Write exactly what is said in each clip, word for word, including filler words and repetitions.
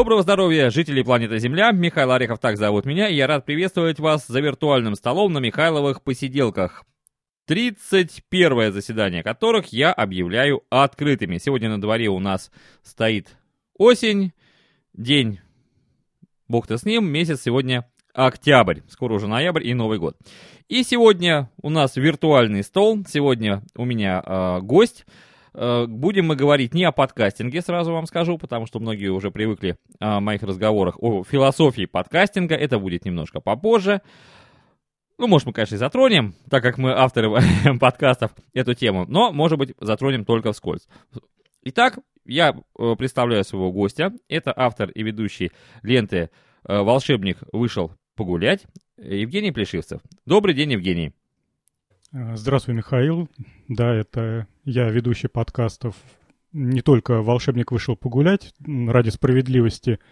Доброго здоровья, жители планеты Земля. Михаил Орехов, так зовут меня, и я рад приветствовать вас за виртуальным столом на Михайловых посиделках. тридцать первое заседание которых я объявляю открытыми. Сегодня на дворе у нас стоит осень, день, бог-то с ним, месяц сегодня октябрь, скоро уже ноябрь и Новый год. И сегодня у нас виртуальный стол, сегодня у меня э, гость. Будем мы говорить не о подкастинге, сразу вам скажу, потому что многие уже привыкли о моих разговорах о философии подкастинга. Это будет немножко попозже. Ну, может, мы, конечно, и затронем, так как мы авторы подкастов, эту тему, но, может быть, затронем только вскользь. Итак, я представляю своего гостя. Это автор и ведущий ленты «Волшебник вышел погулять» Евгений Плешивцев. Добрый день, Евгений. Здравствуй, Михаил. Да, это я, ведущий подкастов. Не только «Волшебник вышел погулять», ради справедливости.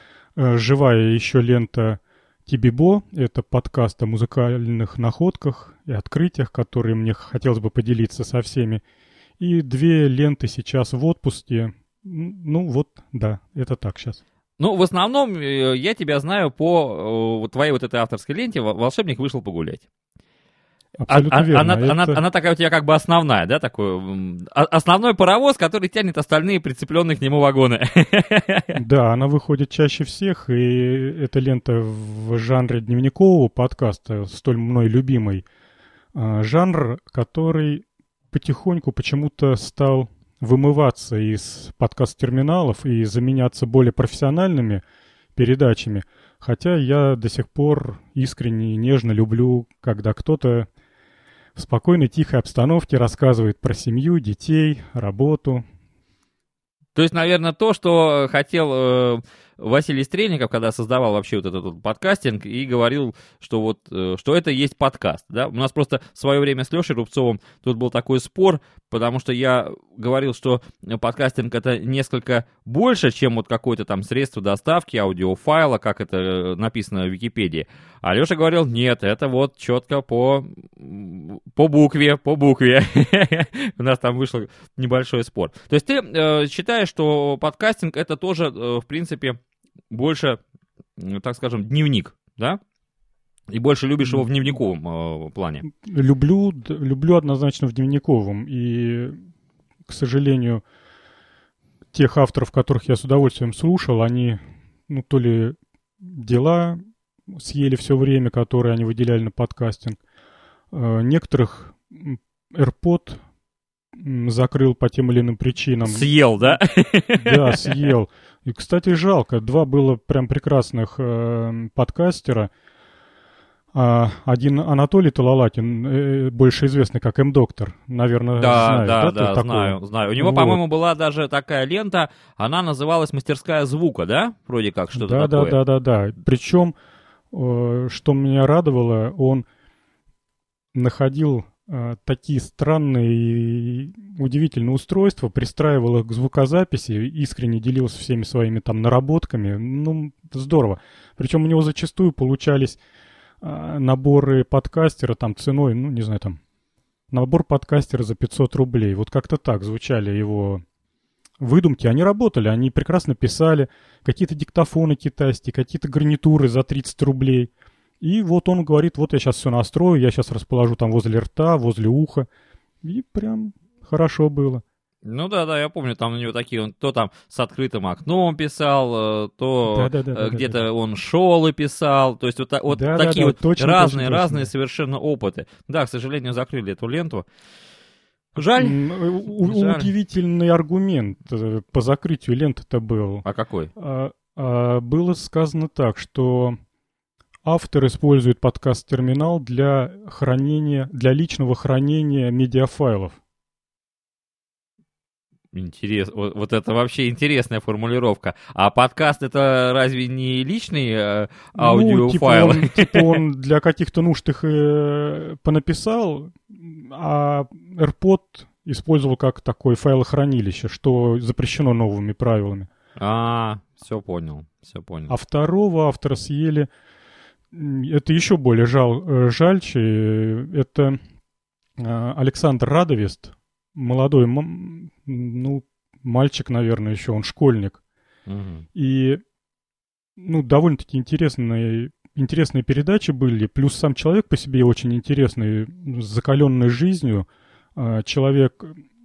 Живая еще лента Тибибо. Это подкаст о музыкальных находках и открытиях, которые мне хотелось бы поделиться со всеми. И две ленты сейчас в отпуске. Ну вот, да, это так сейчас. Ну, в основном я тебя знаю по твоей вот этой авторской ленте «Волшебник вышел погулять». Абсолютно а, верно. Она, это... она, она такая у тебя как бы основная, да, такой основной паровоз, который тянет остальные прицепленные к нему вагоны. Да, она выходит чаще всех, и эта лента в жанре дневникового подкаста, столь мной любимый жанр, который потихоньку почему-то стал вымываться из подкаст-терминалов и заменяться более профессиональными передачами. Хотя я до сих пор искренне и нежно люблю, когда кто-то в спокойной, тихой обстановке рассказывает про семью, детей, работу. То есть, наверное, то, что хотел э, Василий Стрельников, когда создавал вообще вот этот вот подкастинг, и говорил, что вот, э, что это есть подкаст, да. У нас просто в свое время с Лешей Рубцовым тут был такой спор, потому что я говорил, что подкастинг это несколько больше, чем вот какое-то там средство доставки аудиофайла, как это написано в Википедии. А Леша говорил, нет, это вот четко по, по букве, по букве. У нас там вышел небольшой спор. То есть ты э, считаешь, что подкастинг это тоже, э, в принципе, больше, так скажем, дневник, да? И больше любишь его в дневниковом э, плане? Люблю, люблю однозначно в дневниковом. И, к сожалению, тех авторов, которых я с удовольствием слушал, они, ну, то ли дела съели все время, которое они выделяли на подкастинг. Э, некоторых AirPod закрыл по тем или иным причинам. Съел, да? Да, съел. И, кстати, жалко. Два было прям прекрасных э, подкастера. А, один Анатолий Талалакин, э, больше известный как М-доктор, наверное, да, знаешь, да, да? Да, знаю, знаю. У него, вот. По-моему, была даже такая лента, она называлась «Мастерская звука», да? Вроде как что-то да, такое. Да, да, да, да. Причем, э, что меня радовало, он находил э, такие странные и удивительные устройства, пристраивал их к звукозаписи, искренне делился всеми своими там наработками. Ну, здорово. Причем у него зачастую получались наборы подкастера там ценой, ну, не знаю, там, набор подкастера за пятьсот рублей. Вот как-то так звучали его выдумки. Они работали, они прекрасно писали. Какие-то диктофоны китайские, какие-то гарнитуры за тридцать рублей. И вот он говорит, вот я сейчас все настрою, я сейчас расположу там возле рта, возле уха. И прям хорошо было. Ну да, да, я помню, там у него такие, он то там с открытым окном писал, то да, да, да, где-то да, да. он шолы писал, то есть вот, вот да, такие да, да, вот точно, разные, точно, разные точно. совершенно опыты. Да, к сожалению, закрыли эту ленту. Жаль. У- Жаль. Удивительный аргумент по закрытию ленты-то был. А какой? А, а, было сказано так, что автор использует подкаст-терминал для хранения, для личного хранения медиафайлов. Интерес... Вот, вот это вообще интересная формулировка. А подкаст это разве не личный э, аудиофайл? Ну, типа он, типа он для каких-то нужд их э, понаписал, а AirPod использовал как такое файлохранилище, что запрещено новыми правилами. А, все понял, все понял. А второго автора съели, это еще более жал, жальче, это Александр Радовест, молодой, ну, мальчик, наверное, еще, он школьник. Угу. И ну, довольно-таки интересные, интересные передачи были, плюс сам человек по себе очень интересный, с закаленной жизнью. Человек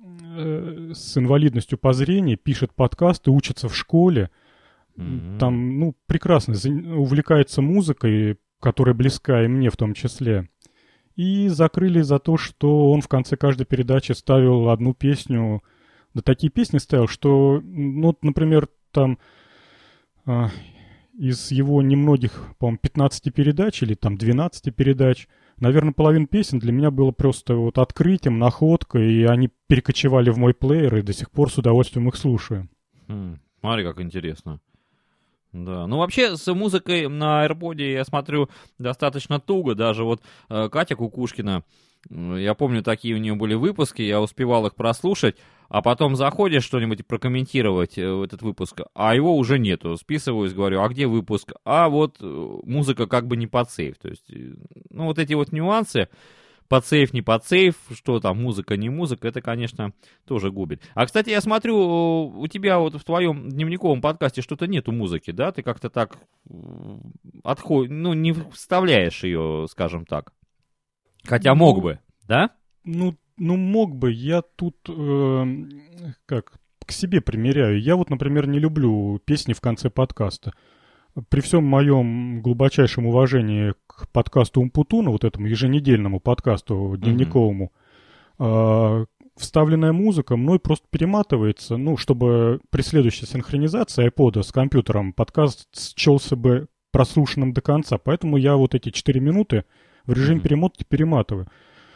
с инвалидностью по зрению пишет подкасты, учится в школе. Mm-hmm. Там, ну, прекрасно, увлекается музыкой, которая близка и мне в том числе. И закрыли за то, что он в конце каждой передачи ставил одну песню. Да такие песни ставил, что, ну, например, там а, из его немногих, по-моему, пятнадцати передач или там двенадцати передач, наверное, половина песен для меня было просто вот открытием, находкой, и они перекочевали в мой плеер, и до сих пор с удовольствием их слушаю. Хм, смотри, как интересно. Да, ну вообще с музыкой на AirPod, я смотрю, достаточно туго. Даже вот э, Катя Кукушкина, э, я помню, такие у нее были выпуски, я успевал их прослушать, а потом заходишь что-нибудь прокомментировать э, этот выпуск, а его уже нету. Списываюсь, говорю, а где выпуск? А вот э, музыка как бы не под сейф. То есть, э, ну вот эти вот нюансы, под сейф, не под сейф, что там, музыка, не музыка, это, конечно, тоже губит. А, кстати, я смотрю, у тебя вот в твоем дневниковом подкасте что-то нету музыки, да? Ты как-то так отходишь, ну, не вставляешь ее, скажем так. Хотя ну, мог бы, да? Ну, ну, мог бы. Я тут, э, как, к себе примеряю. Я вот, например, не люблю песни в конце подкаста. При всем моем глубочайшем уважении к подкасту Умпутуна, вот этому еженедельному подкасту дневниковому, mm-hmm. э, вставленная музыка мной просто перематывается, ну, чтобы при следующей синхронизации айпода с компьютером подкаст счелся бы прослушанным до конца. Поэтому я вот эти четыре минуты в режиме mm-hmm. перемотки перематываю.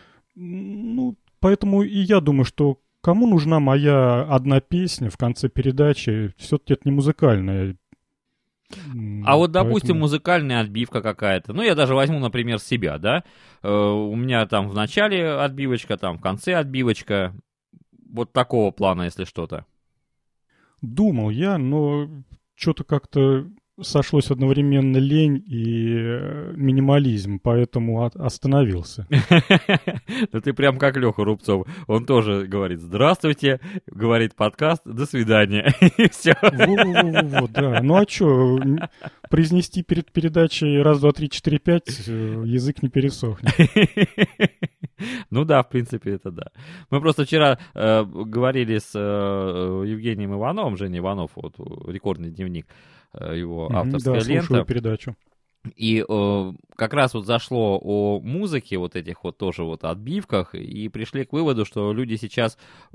Ну, поэтому и я думаю, что кому нужна моя одна песня в конце передачи, все-таки это не музыкальная. А вот, допустим, Поэтому... музыкальная отбивка какая-то. Ну, я даже возьму, например, себя, да. Э, у меня там в начале отбивочка, там в конце отбивочка. Вот такого плана, если что-то. Думал я, но что-то как-то сошлось одновременно лень и минимализм, поэтому от- остановился. Ну ты прям как Леха Рубцов. Он тоже говорит «Здравствуйте», говорит подкаст, «До свидания». И все. Вот, да. Ну а что, произнести перед передачей раз, два, три, четыре, пять, язык не пересохнет. Ну да, в принципе, это да. Мы просто вчера э, говорили с э, Евгением Ивановым, Женей Иванов, вот, рекордный дневник, э, его авторская да, лента. Слушаю передачу. И э, как раз вот зашло о музыке, вот этих вот тоже вот отбивках, и пришли к выводу, что люди сейчас,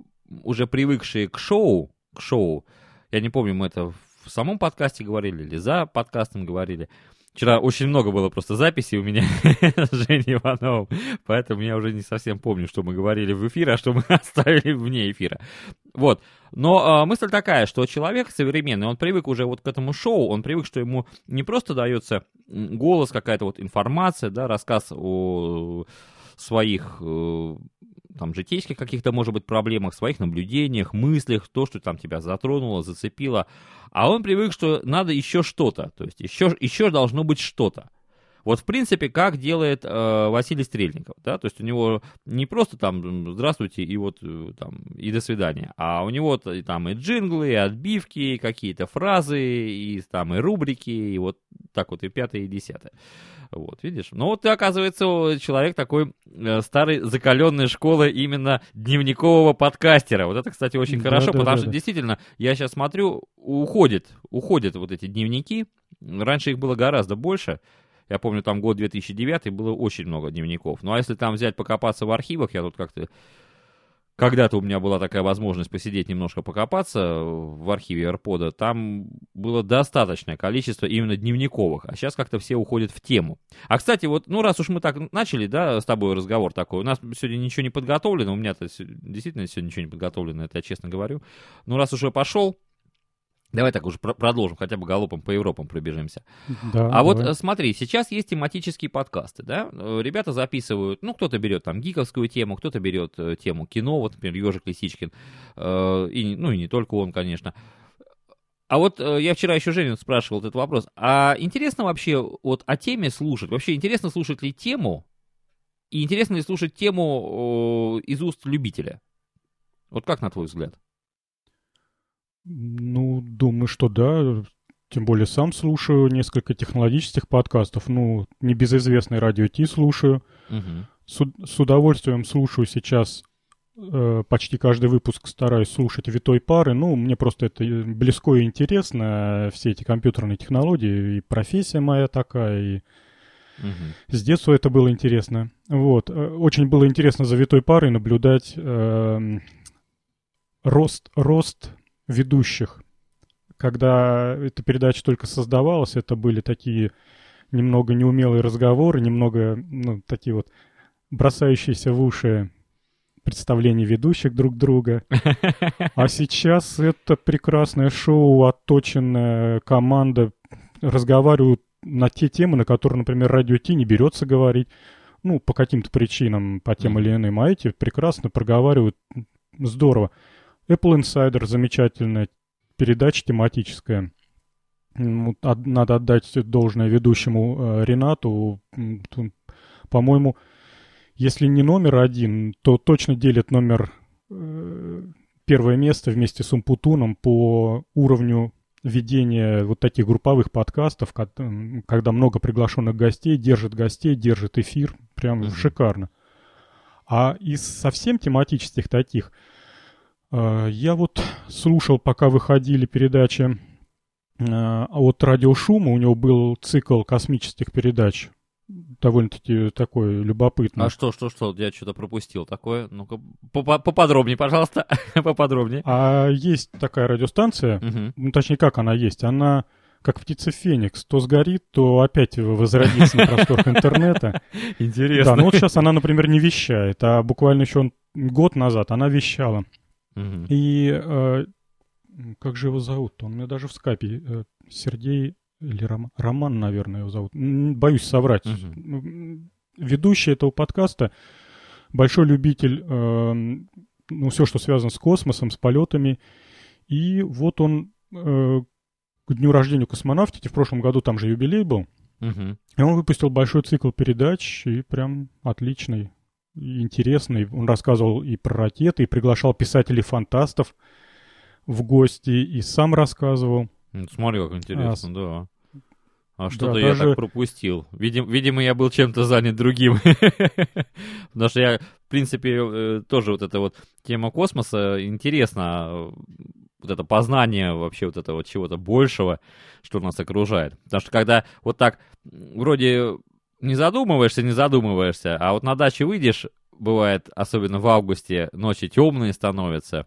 уже привыкшие к шоу, к шоу, я не помню, мы это в самом подкасте говорили или за подкастом говорили. Вчера очень много было просто записей у меня с Женей Ивановым, поэтому я уже не совсем помню, что мы говорили в эфире, а что мы оставили вне эфира. Вот. Но э, мысль такая, что человек современный, он привык уже вот к этому шоу, он привык, что ему не просто дается голос, какая-то вот информация, да, рассказ о своих э, там житейских каких-то, может быть, проблемах, своих наблюдениях, мыслях, то, что там тебя затронуло, зацепило. А он привык, что надо еще что-то, то есть еще, еще должно быть что-то. Вот, в принципе, как делает э, Василий Стрельников, да, то есть у него не просто там «здравствуйте» и вот там и «до свидания», а у него там и джинглы, и отбивки, и какие-то фразы, и там и рубрики, и вот так вот и пятое, и десятое. Вот, видишь? Ну вот ты, оказывается, человек такой э, старой закаленной школы именно дневникового подкастера. Вот это, кстати, очень да, хорошо, да, потому да, что да. действительно, я сейчас смотрю, уходит, уходят вот эти дневники. Раньше их было гораздо больше. Я помню, там год две тысячи девятый, было очень много дневников. Ну а если там взять, покопаться в архивах, я тут как-то... Когда-то у меня была такая возможность посидеть немножко покопаться в архиве AirPod, там было достаточное количество именно дневниковых, а сейчас как-то все уходят в тему. А, кстати, вот, ну, раз уж мы так начали, да, с тобой разговор такой, у нас сегодня ничего не подготовлено, у меня-то действительно сегодня ничего не подготовлено, это я честно говорю. Ну, раз уже пошел, давай так уже продолжим, хотя бы галопом по Европам пробежимся. Да, а давай. Вот смотри, сейчас есть тематические подкасты, да? Ребята записывают, ну, кто-то берет там гиковскую тему, кто-то берет тему кино, вот, например, Ёжик Лисичкин, э, и, ну, и не только он, конечно. А вот э, я вчера еще Женю спрашивал этот вопрос, а интересно вообще вот о теме слушать? Вообще интересно слушать ли тему, и интересно ли слушать тему э, из уст любителя? Вот как на твой взгляд? Ну, думаю, что да. тем более сам слушаю несколько технологических подкастов. Ну, небезызвестный Радио Ти слушаю. Угу. С, с удовольствием слушаю сейчас, э, почти каждый выпуск стараюсь слушать Витой Пары. Ну, мне просто это близко и интересно, все эти компьютерные технологии. И профессия моя такая, и угу. с детства это было интересно. Вот. Очень было интересно за Витой Парой наблюдать э, рост, рост ведущих. Когда эта передача только создавалась, это были такие немного неумелые разговоры, немного, ну, такие вот бросающиеся в уши представления ведущих друг друга. А сейчас это прекрасное шоу, отточенная команда, разговаривают на те темы, на которые, например, Радио Ти не берется говорить, ну, по каким-то причинам, по тем или иным, а эти прекрасно проговаривают, здорово. Apple Insider замечательная передача тематическая. Надо отдать должное ведущему э, Ренату. По-моему, если не номер один, то точно делит номер э, первое место вместе с Умпутуном по уровню ведения вот таких групповых подкастов, когда много приглашенных гостей, держит гостей, держит эфир. Прям mm-hmm. шикарно. А из совсем тематических таких э, я вот слушал, пока выходили передачи э, от Радиошума, у него был цикл космических передач. Довольно-таки такой любопытный. А что, что, что? Я что-то пропустил такое. Ну-ка, поподробнее, пожалуйста. Поподробнее. А есть такая радиостанция, uh-huh. ну, точнее, как она есть? Она как птица Феникс. То сгорит, то опять возродится на просторах интернета. Интересно. Да, ну вот сейчас она, например, не вещает, а буквально еще год назад она вещала. Uh-huh. И э, как же его зовут? Он у меня даже в скайпе. Э, Сергей... Или Ром... Роман, наверное, его зовут. Боюсь соврать. Uh-huh. Ведущий этого подкаста, большой любитель, э, ну, все, что связано с космосом, с полетами. И вот он э, к дню рождения космонавтики, в прошлом году там же юбилей был, uh-huh. и он выпустил большой цикл передач, и прям отличный, и интересный. Он рассказывал и про ракеты, и приглашал писателей-фантастов в гости, и сам рассказывал. Смотри, как интересно, а, да. А что-то да, я даже... так пропустил. Видим, видимо, я был чем-то занят другим. Потому что я, в принципе, тоже вот эта вот тема космоса интересна. Вот это познание вообще вот этого чего-то большего, что нас окружает. Потому что когда вот так вроде не задумываешься, не задумываешься, а вот на даче выйдешь, бывает, особенно в августе, ночи темные становятся,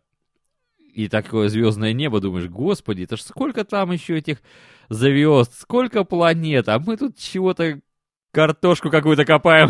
и такое звездное небо, думаешь, господи, это ж сколько там еще этих звезд, сколько планет, а мы тут чего-то, картошку какую-то копаем.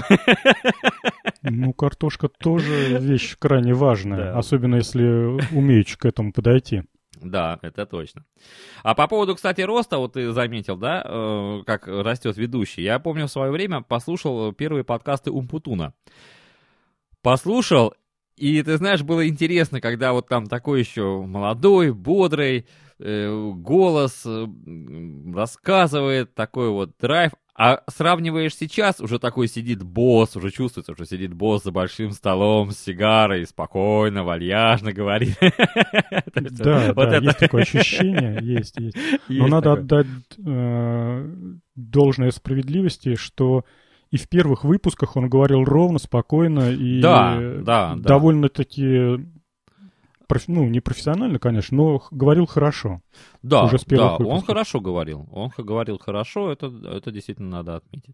Ну, картошка тоже вещь крайне важная, да. Особенно если умеешь к этому подойти. Да, это точно. А по поводу, кстати, роста, вот ты заметил, да, э, как растет ведущий. Я помню, в свое время послушал первые подкасты Умпутуна. Послушал, и, ты знаешь, было интересно, когда вот там такой еще молодой, бодрый, э, голос э, рассказывает, такой вот драйв. А сравниваешь сейчас, уже такой сидит босс, уже чувствуется, что сидит босс за большим столом с сигарой, спокойно, вальяжно говорит. Да, да, есть такое ощущение, есть, есть. Но надо отдать должное справедливости, что и в первых выпусках он говорил ровно, спокойно и довольно-таки... Ну, не профессионально, конечно, но говорил хорошо. Да, уже с первых да, выпусков. Он хорошо говорил. Он говорил хорошо, это, это действительно надо отметить.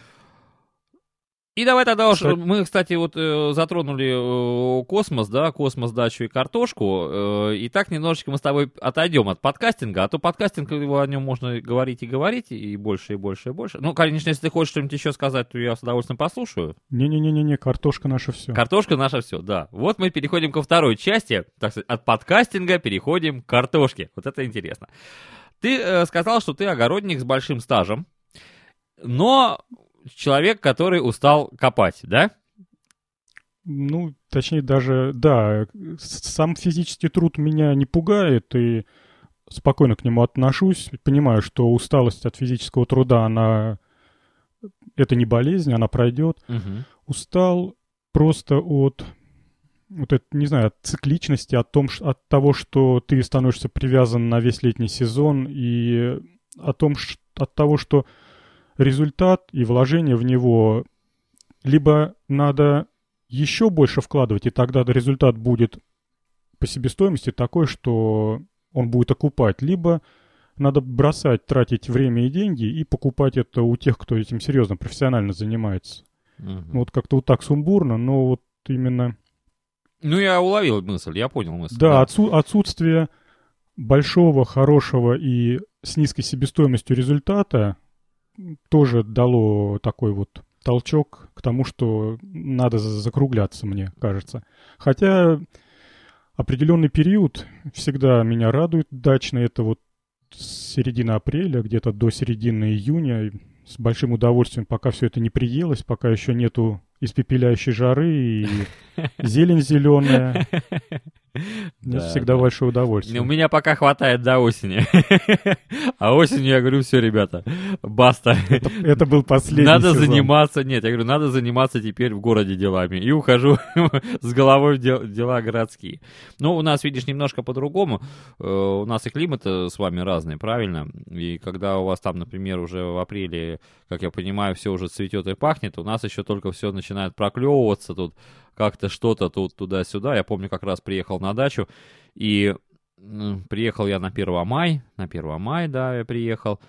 И давай тогда уж, мы, кстати, вот э, затронули э, космос, да, космос, дачу и картошку, э, и так немножечко мы с тобой отойдем от подкастинга, а то подкастинг, его о нем можно говорить и говорить, и больше, и больше, и больше. Ну, конечно, если ты хочешь что-нибудь еще сказать, то я с удовольствием послушаю. Не-не-не-не, картошка наша все. Картошка наша все, да. Вот мы переходим ко второй части, так сказать, от подкастинга переходим к картошке. Вот это интересно. Ты э, сказал, что ты огородник с большим стажем, но... Человек, который устал копать, да? Ну, точнее, даже, да, сам физический труд меня не пугает, и спокойно к нему отношусь. Понимаю, что усталость от физического труда, она... Это не болезнь, она пройдет. Угу. Устал просто от... Вот это, не знаю, от цикличности, от, том, от того, что ты становишься привязан на весь летний сезон, и о том, ш- от того, что результат и вложение в него либо надо еще больше вкладывать, и тогда результат будет по себестоимости такой, что он будет окупать, либо надо бросать, тратить время и деньги и покупать это у тех, кто этим серьезно, профессионально занимается. Мгм. Ну, вот как-то вот так сумбурно, но вот именно... Ну, я уловил мысль, я понял мысль. Да, отсу- отсутствие большого, хорошего и с низкой себестоимостью результата тоже дало такой вот толчок к тому, что надо за- закругляться, мне кажется. Хотя определенный период всегда меня радует дачно. Это вот с середины апреля, где-то до середины июня. С большим удовольствием, пока все это не приелось, пока еще нету испепеляющей жары и зелень зеленая. Мне Да, всегда да. большое У удовольствие. меня пока хватает до осени. А осенью я говорю, все, ребята, баста. Это, это был последний Надо сезон. заниматься, нет, я говорю, надо заниматься теперь в городе делами. И ухожу с головой в дел- дела городские. Ну, у нас, видишь, немножко по-другому. Э, У нас и климат с вами разный, правильно? И когда у вас там, например, уже в апреле, как я понимаю, все уже цветет и пахнет, у нас еще только все начинает проклевываться тут, как-то что-то тут туда-сюда. Я помню, как раз приехал на дачу, и м, приехал я на первое мая, на первое мая, да, я приехал.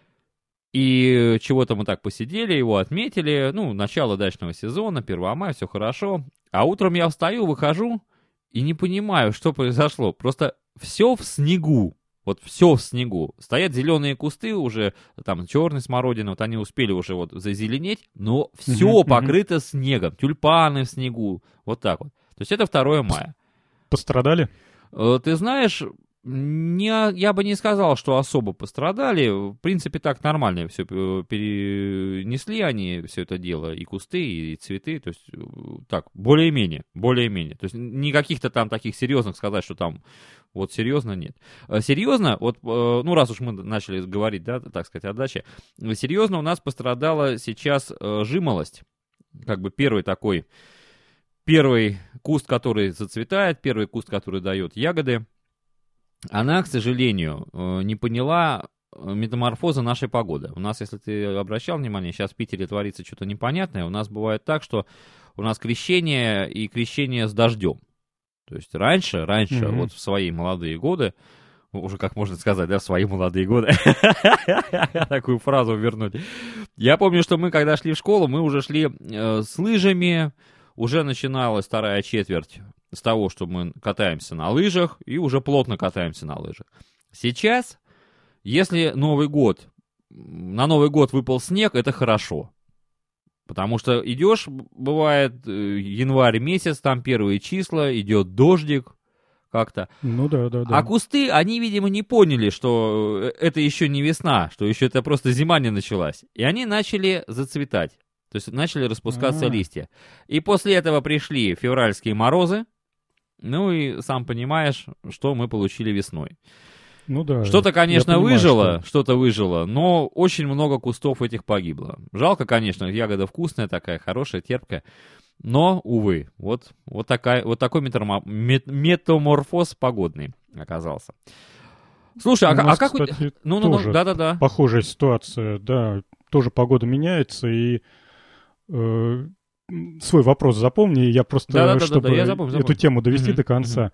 И чего-то мы так посидели, его отметили, ну, начало дачного сезона, первое мая, все хорошо. А утром я встаю, выхожу и не понимаю, что произошло. Просто все в снегу. Вот все в снегу. Стоят зеленые кусты уже, там черный смородина, вот они успели уже вот зазеленеть, но все Мгм, мгм. покрыто снегом. Тюльпаны в снегу. Вот так вот. То есть это второе мая. Пострадали? Э, Ты знаешь, не, я бы не сказал, что особо пострадали. В принципе, так нормально все перенесли они все это дело, и кусты, и цветы. То есть, э, так, более-менее, более-менее. То есть, не каких-то там таких серьезных сказать, что там, вот серьезно, нет. Э, Серьезно, вот, э, ну, раз уж мы начали говорить, да, так сказать, о даче, э, серьезно у нас пострадала сейчас э, жимолость. Как бы первый такой, первый куст, который зацветает, первый куст, который дает ягоды. Она, к сожалению, э, не поняла э, метаморфоза нашей погоды. У нас, если ты обращал внимание, сейчас в Питере творится что-то непонятное. У нас бывает так, что у нас крещение и крещение с дождем. То есть раньше, раньше, Мгм. вот в свои молодые годы, уже как можно сказать, да, в свои молодые годы, такую фразу вернуть. Я помню, что мы, когда шли в школу, мы уже шли э, с лыжами, уже начиналась вторая четверть с того, что мы катаемся на лыжах и уже плотно катаемся на лыжах. Сейчас, если Новый год, на Новый год выпал снег, это хорошо. Потому что идешь, бывает, э, январь месяц, там первые числа, идет дождик как-то. Ну да, да, да. А кусты, они, видимо, не поняли, что э, это еще не весна, что еще это просто зима не началась. И они начали зацветать. То есть начали распускаться А. листья. И после этого пришли февральские морозы. Ну и сам понимаешь, что мы получили весной. Ну да. Что-то, я конечно, понимаю, выжило, что- что-то выжило, но очень много кустов этих погибло. Жалко, конечно, ягода вкусная такая, хорошая, терпкая. Но, увы, вот, вот, такая, вот такой метамо- мет- метаморфоз погодный оказался. Слушай, а, У ка- а нас, как у кстати, Ну, ну, ну, тоже да-да-да. похожая ситуация, да, тоже погода меняется, и э, м, свой вопрос запомни, я просто, Да-да-да-да-да, чтобы я запомню, эту запомню. тему довести Мгм, до конца.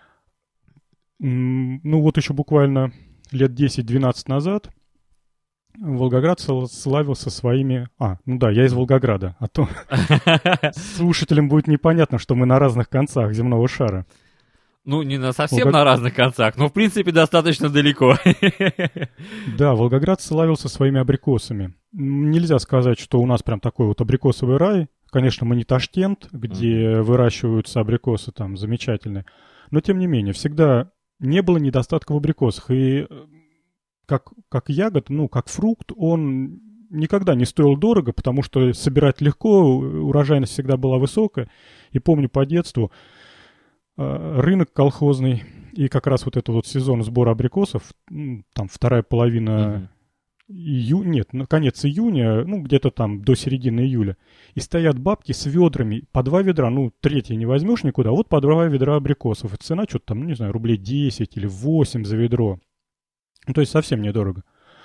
М, Ну вот еще буквально лет десять-двенадцать назад Волгоград сл- славился своими... А, ну да, я из Волгограда, а то слушателям будет непонятно, что мы на разных концах земного шара. Ну, не на совсем Волгог- на разных концах, но, в принципе, достаточно далеко. Да, Волгоград славился своими абрикосами. М, Нельзя сказать, что у нас прям такой вот абрикосовый рай. Конечно, мы не Ташкент, где выращиваются абрикосы там замечательные. Но, тем не менее, всегда не было недостатка в абрикосах. И э, как, как ягод, ну, как фрукт, он никогда не стоил дорого, потому что собирать легко, у- урожайность всегда была высокая. И помню по детству э, рынок колхозный, и как раз вот этот вот сезон сбора абрикосов, м, там вторая половина Мгм. июня, нет, ну, конец июня, ну, где-то там до середины июля, и стоят бабки с ведрами, по два ведра, ну, третье не возьмешь никуда, вот по два ведра абрикосов, и цена что-то там, ну, не знаю, рублей десять или восемь за ведро, ну, то есть совсем недорого.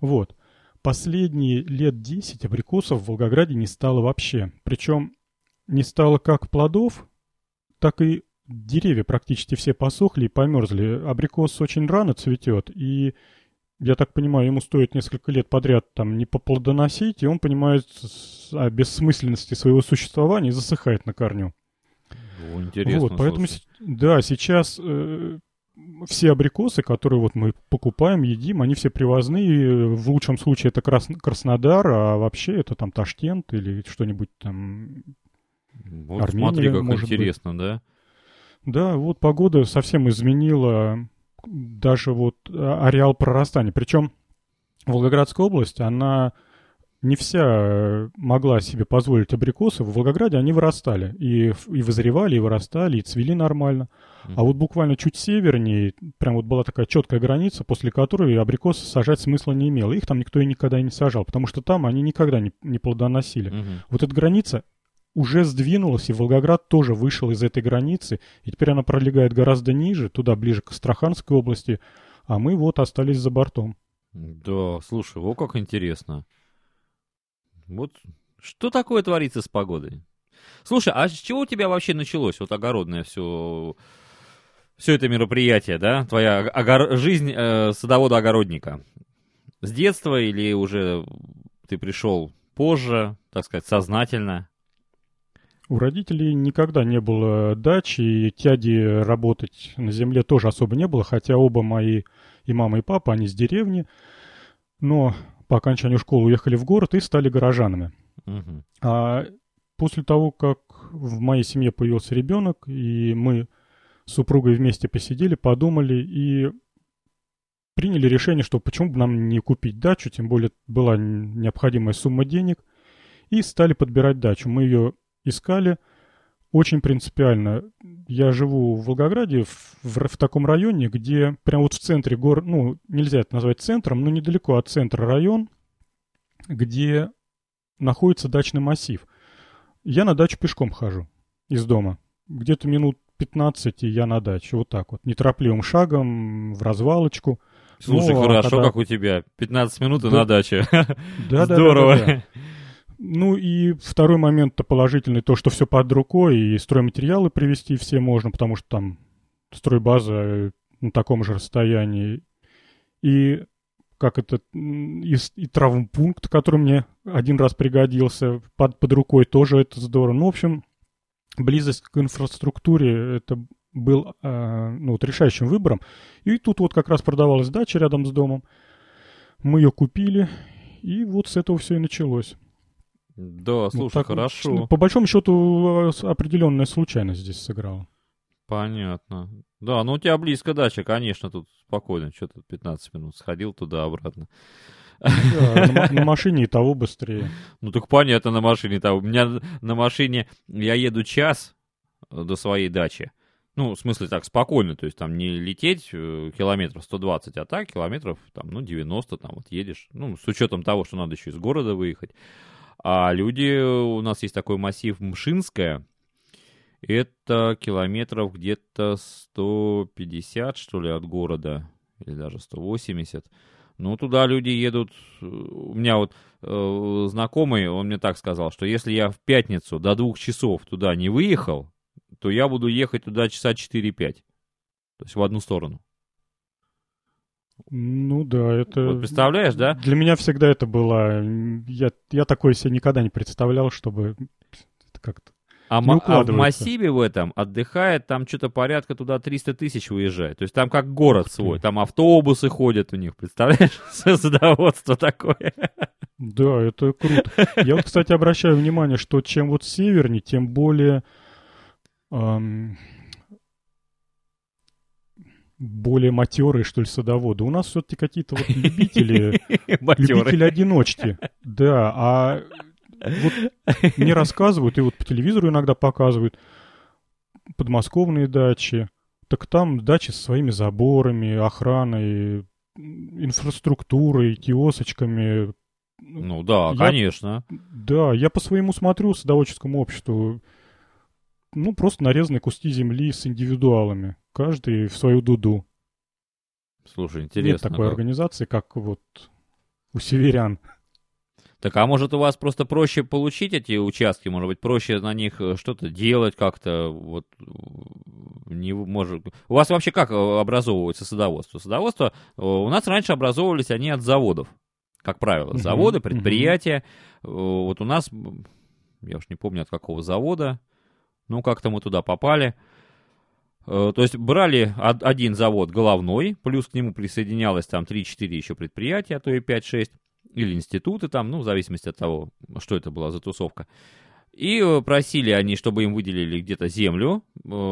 Вот. Последние лет десять абрикосов в Волгограде не стало вообще. Причем не стало как плодов, так и деревья практически все посохли и померзли. Абрикос очень рано цветет, и, я так понимаю, ему стоит несколько лет подряд там не поплодоносить, и он понимает о бессмысленности своего существования и засыхает на корню. О, интересно, вот, поэтому, слушай. да, сейчас э, все абрикосы, которые вот мы покупаем, едим, они все привозные. В лучшем случае это Крас... Краснодар, а вообще это там Ташкент или что-нибудь там. Вот Армения, смотри, как может интересно, да? Да, вот погода совсем изменила даже вот а- ареал прорастания. Причем Волгоградская область, она не вся э, могла себе позволить абрикосы. В Волгограде они вырастали. И, в- и вызревали, и вырастали, и цвели нормально. Мгм. А вот буквально чуть севернее, прям вот была такая четкая граница, после которой абрикосы сажать смысла не имело. Их там никто и никогда и не сажал, потому что там они никогда не, не плодоносили. Мгм. Вот эта граница уже сдвинулась, и Волгоград тоже вышел из этой границы, и теперь она пролегает гораздо ниже, туда ближе к Астраханской области, а мы вот остались за бортом. Да, слушай, вот как интересно. Вот что такое творится с погодой? Слушай, а с чего у тебя вообще началось вот огородное все, все это мероприятие, да? Твоя огор- жизнь э, садовода-огородника. С детства или уже ты пришел позже, так сказать, сознательно? У родителей никогда не было дачи, и тяги работать на земле тоже особо не было, хотя оба мои, и мама, и папа, они с деревни, но по окончанию школы уехали в город и стали горожанами. Мгм. А после того, как в моей семье появился ребенок, и мы с супругой вместе посидели, подумали и приняли решение, что почему бы нам не купить дачу, тем более была необходимая сумма денег, и стали подбирать дачу. Мы ее искали очень принципиально. Я живу в Волгограде, в, в- в таком районе, где прямо вот в центре города, ну, нельзя это назвать центром, но недалеко от центра район, где находится дачный массив. Я на дачу пешком хожу из дома. Где-то минут пятнадцать, и я на даче. Вот так вот. Неторопливым шагом, в развалочку. Слушай, Ну, а хорошо, когда- как у тебя. пятнадцать минут и Да. на даче. Да, да, Здорово. да, да, да. Ну и второй момент-то положительный, то, что все под рукой, и стройматериалы привезти все можно, потому что там стройбаза э, на таком же расстоянии. И как это, м, и, с- и травмпункт, который мне один раз пригодился, под, под рукой тоже это здорово. Ну, в общем, близость к инфраструктуре это был э, ну, вот решающим выбором. И тут вот как раз продавалась дача рядом с домом. Мы ее купили, и вот с этого все и началось. Да, Вот слушай, так вот. хорошо. По большому счету, э, с- определенная случайность здесь сыграла. Понятно. Да, ну у тебя близко дача, конечно, тут спокойно. Что тут пятнадцать минут сходил туда-обратно. Да, на, ма- на машине и того быстрее. Ну так понятно, на машине-то. У меня на машине я еду час э, до своей дачи. Ну, в смысле так, спокойно, то есть там не лететь э, километров сто двадцать, а так километров там, ну, девяносто там вот едешь. Ну, с учетом того, что надо еще из города выехать. А люди, у нас есть такой массив Мшинская, это километров где-то сто пятьдесят, что ли, от города, или даже сто восемьдесят. Ну, туда люди едут. э, У меня вот э, знакомый, он мне так сказал, что если я в пятницу до двух часов туда не выехал, то я буду ехать туда часа четыре-пять. То есть в одну сторону. Ну да, это... Вот представляешь, да? Для меня всегда это было... м, Я, я такое себе никогда не представлял, чтобы это как-то... А, Не ма- а в укладывается. массиве в этом отдыхает, там что-то порядка туда триста тысяч уезжает. То есть там как город Ух ты. свой. Там автобусы ходят у них, представляешь? Садоводство такое. Да, это круто. Я вот, кстати, обращаю внимание, что чем вот севернее, тем более... ам, более матерые, что ли, садоводы. У нас все-таки какие-то вот любители, Матеры. любители-одиночки. Да, а вот мне рассказывают, и вот по телевизору иногда показывают, подмосковные дачи. Так там дачи со своими заборами, охраной, м, инфраструктурой, киосочками. Ну да, Я- конечно. Да, я по своему смотрю садоводческому обществу. Ну, просто нарезанные куски земли с индивидуалами. Каждый в свою дуду. Слушай, Нет интересно. такой как. организации, как вот у северян. Так, а может у вас просто проще получить эти участки, может быть, проще на них что-то делать как-то, вот, не может... У вас вообще как образовывается садоводство? Садоводство у нас раньше образовывались они от заводов, как правило, заводы, uh-huh, предприятия. Uh-huh. Вот у нас, я уж не помню от какого завода, ну как-то мы туда попали. То есть брали один завод головной, плюс к нему присоединялось там три-четыре еще предприятия, а то и пять-шесть. Или институты там, ну, в зависимости от того, что это была за тусовка. И просили они, чтобы им выделили где-то землю.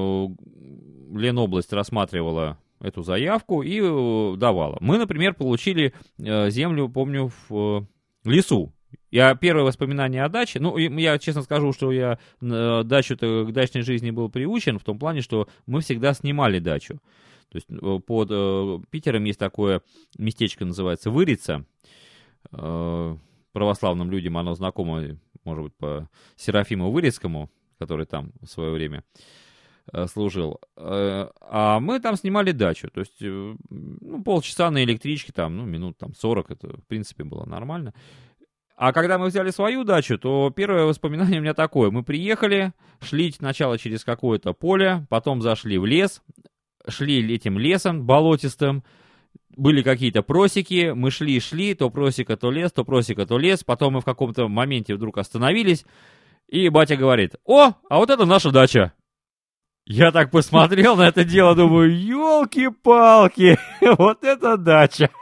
Ленобласть рассматривала эту заявку и давала. Мы, например, получили землю, помню, в лесу. Я первое воспоминание о даче, ну, я честно скажу, что я дачу-то к дачной жизни был приучен, в том плане, что мы всегда снимали дачу. То есть под Питером есть такое местечко, называется Вырица. Православным людям оно знакомо, может быть, по Серафиму Вырицкому, который там в свое время служил. А мы там снимали дачу, то есть ну, полчаса на электричке, там, ну, минут там, сорок, это в принципе было нормально. А когда мы взяли свою дачу, то первое воспоминание у меня такое. Мы приехали, шли сначала через какое-то поле, потом зашли в лес, шли этим лесом болотистым, были какие-то просеки, мы шли-шли, то просека, то лес, то просека, то лес. Потом мы в каком-то моменте вдруг остановились, и батя говорит: «О, а вот это наша дача!» Я так посмотрел на это дело, думаю, елки-палки, вот это дача!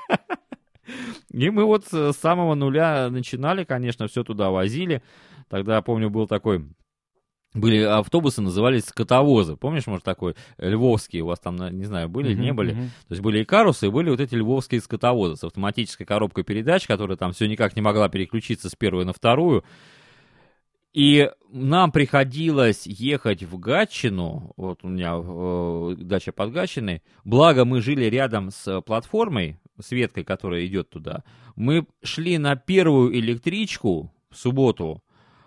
И мы вот с самого нуля начинали, конечно, все туда возили. Тогда, помню, был такой... Были автобусы, назывались скотовозы. Помнишь, может, такой львовские у вас там, не знаю, были, uh-huh, не были? Uh-huh. То есть были и карусы, и были вот эти львовские скотовозы с автоматической коробкой передач, которая там все никак не могла переключиться с первой на вторую. И нам приходилось ехать в Гатчину, вот у меня э, дача под Гатчиной, благо мы жили рядом с платформой, с веткой, которая идет туда. Мы шли на первую электричку в субботу.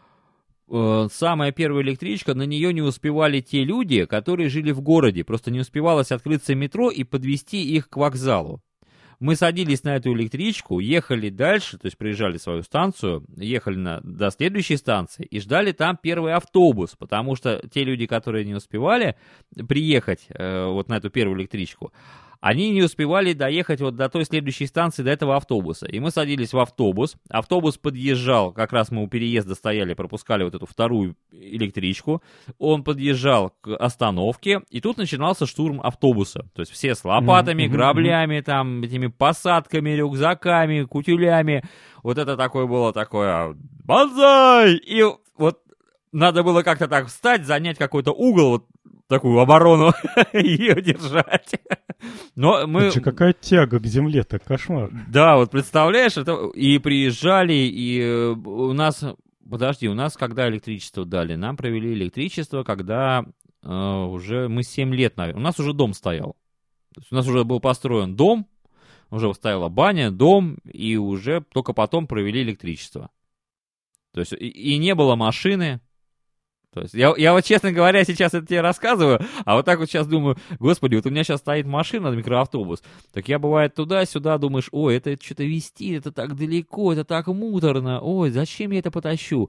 Самая первая электричка, на нее не успевали те люди, которые жили в городе. Просто не успевалось открыться метро и подвести их к вокзалу. Мы садились на эту электричку, ехали дальше, то есть приезжали в свою станцию, ехали на, до следующей станции и ждали там первый автобус, потому что те люди, которые не успевали приехать э, вот на эту первую электричку, они не успевали доехать вот до той следующей станции, до этого автобуса. И мы садились в автобус. Автобус подъезжал, как раз мы у переезда стояли, пропускали вот эту вторую электричку. Он подъезжал к остановке, и тут начинался штурм автобуса. То есть все с лопатами, mm-hmm. граблями, там, этими посадками, рюкзаками, кутюлями. Вот это такое было такое «Бонзай!» И вот надо было как-то так встать, занять какой-то угол, вот такую оборону ее держать. Но мы... Это же какая тяга к земле-то, кошмар. Да, вот представляешь, это... и приезжали, и у нас... Подожди, у нас когда электричество дали? Нам провели электричество, когда э, уже мы семь лет, наверное. У нас уже дом стоял. То есть у нас уже был построен дом, уже стояла баня, дом, и уже только потом провели электричество. То есть и, и не было машины. То есть я, я вот, честно говоря, сейчас это тебе рассказываю, а вот так вот сейчас думаю, господи, вот у меня сейчас стоит машина, микроавтобус, так я, бывает, туда-сюда думаешь, ой, это что-то везти, это так далеко, это так муторно, ой, зачем я это потащу?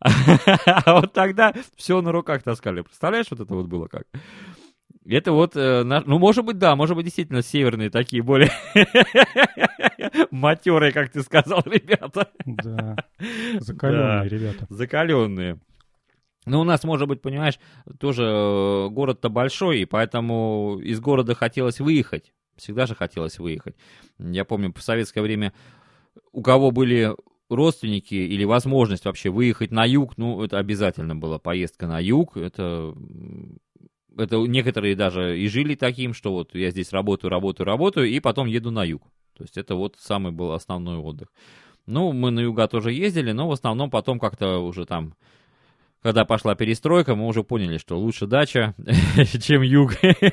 А вот тогда все на руках таскали, представляешь, вот это вот было как? Это вот, ну, может быть, да, может быть, действительно, северные такие более матерые, как ты сказал, ребята. Да, закаленные ребята. Закаленные. Ну, у нас, может быть, понимаешь, тоже город-то большой, и поэтому из города хотелось выехать. Всегда же хотелось выехать. Я помню, в советское время у кого были родственники или возможность вообще выехать на юг, ну, это обязательно была поездка на юг. Это, это некоторые даже и жили таким, что вот я здесь работаю, работаю, работаю, и потом еду на юг. То есть это вот самый был основной отдых. Ну, мы на юга тоже ездили, но в основном потом как-то уже там... Когда пошла перестройка, мы уже поняли, что лучше дача, чем юг.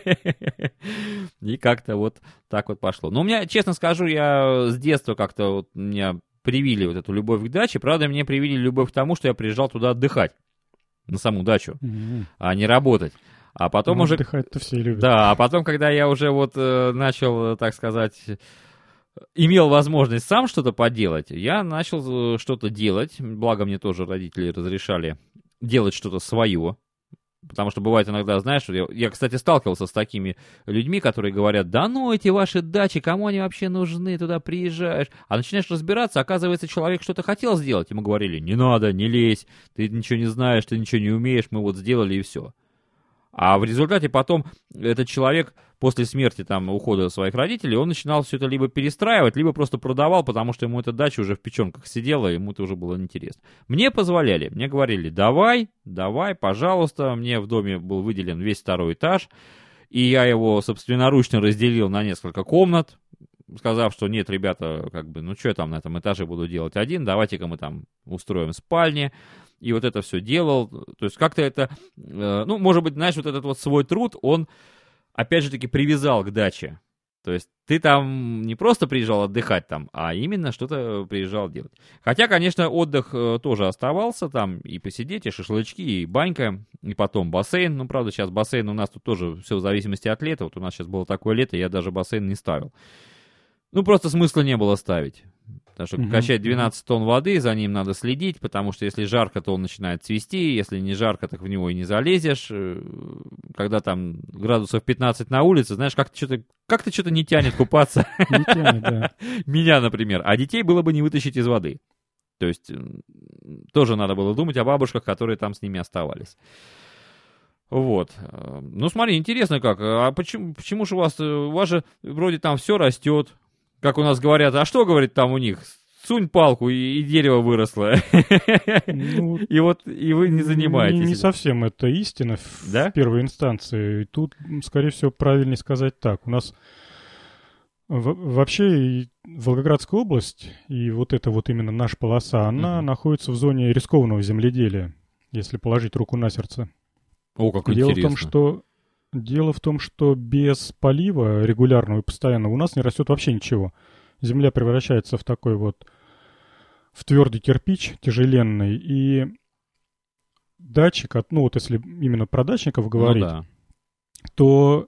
И как-то вот так вот пошло. Но у меня, честно скажу, я с детства как-то вот меня привили вот эту любовь к даче. Правда, мне привили любовь к тому, что я приезжал туда отдыхать, на саму дачу, mm-hmm. а не работать. А потом ну, уже... Отдыхать-то все любят. Да, а потом, когда я уже вот э, начал, так сказать... имел возможность сам что-то поделать, я начал что-то делать. Благо мне тоже родители разрешали делать что-то свое. Потому что бывает иногда, знаешь, я, я, кстати, сталкивался с такими людьми, которые говорят: да ну эти ваши дачи, кому они вообще нужны, туда приезжаешь. А начинаешь разбираться, оказывается, человек что-то хотел сделать. Ему говорили: не надо, не лезь, ты ничего не знаешь, ты ничего не умеешь, мы вот сделали и все. А в результате потом этот человек после смерти, там, ухода своих родителей, он начинал все это либо перестраивать, либо просто продавал, потому что ему эта дача уже в печенках сидела, ему это уже было неинтересно. Мне позволяли, мне говорили: давай, давай, пожалуйста. Мне в доме был выделен весь второй этаж, и я его собственноручно разделил на несколько комнат, сказав, что нет, ребята, как бы, ну что я там на этом этаже буду делать один, давайте-ка мы там устроим спальни. И вот это все делал. То есть как-то это, э, ну, может быть, знаешь, вот этот вот свой труд, он, опять же таки, привязал к даче. То есть ты там не просто приезжал отдыхать там, а именно что-то приезжал делать. Хотя, конечно, отдых э, тоже оставался там, и посидеть, и шашлычки, и банька, и потом бассейн. Ну, правда, сейчас бассейн у нас тут тоже все в зависимости от лета. Вот у нас сейчас было такое лето, я даже бассейн не ставил. Ну, просто смысла не было ставить. Потому что uh-huh. качать двенадцать тонн воды, за ним надо следить, потому что если жарко, то он начинает цвести, если не жарко, так в него и не залезешь. Когда там градусов пятнадцать на улице, знаешь, как-то что-то, как-то что-то не тянет купаться. Не тянет, да. Меня, например. А детей было бы не вытащить из воды. То есть тоже надо было думать о бабушках, которые там с ними оставались. Вот. Ну, смотри, интересно как. А почему, почему же у вас, у вас же вроде там все растет? Как у нас говорят: а что, говорит, там у них? Сунь палку, и, и дерево выросло. Ну, и вот, и вы не занимаетесь. Не, не совсем это истина в, да? в первой инстанции. Тут, скорее всего, правильнее сказать так. У нас в, вообще Волгоградская область, и вот эта вот именно наша полоса, она угу. находится в зоне рискованного земледелия, если положить руку на сердце. О, как Дело интересно. в том, что Дело в том, что без полива регулярного и постоянного у нас не растет вообще ничего. Земля превращается в такой вот, в твердый кирпич, тяжеленный, и датчик, ну вот если именно про датчиков говорить, ну, да. то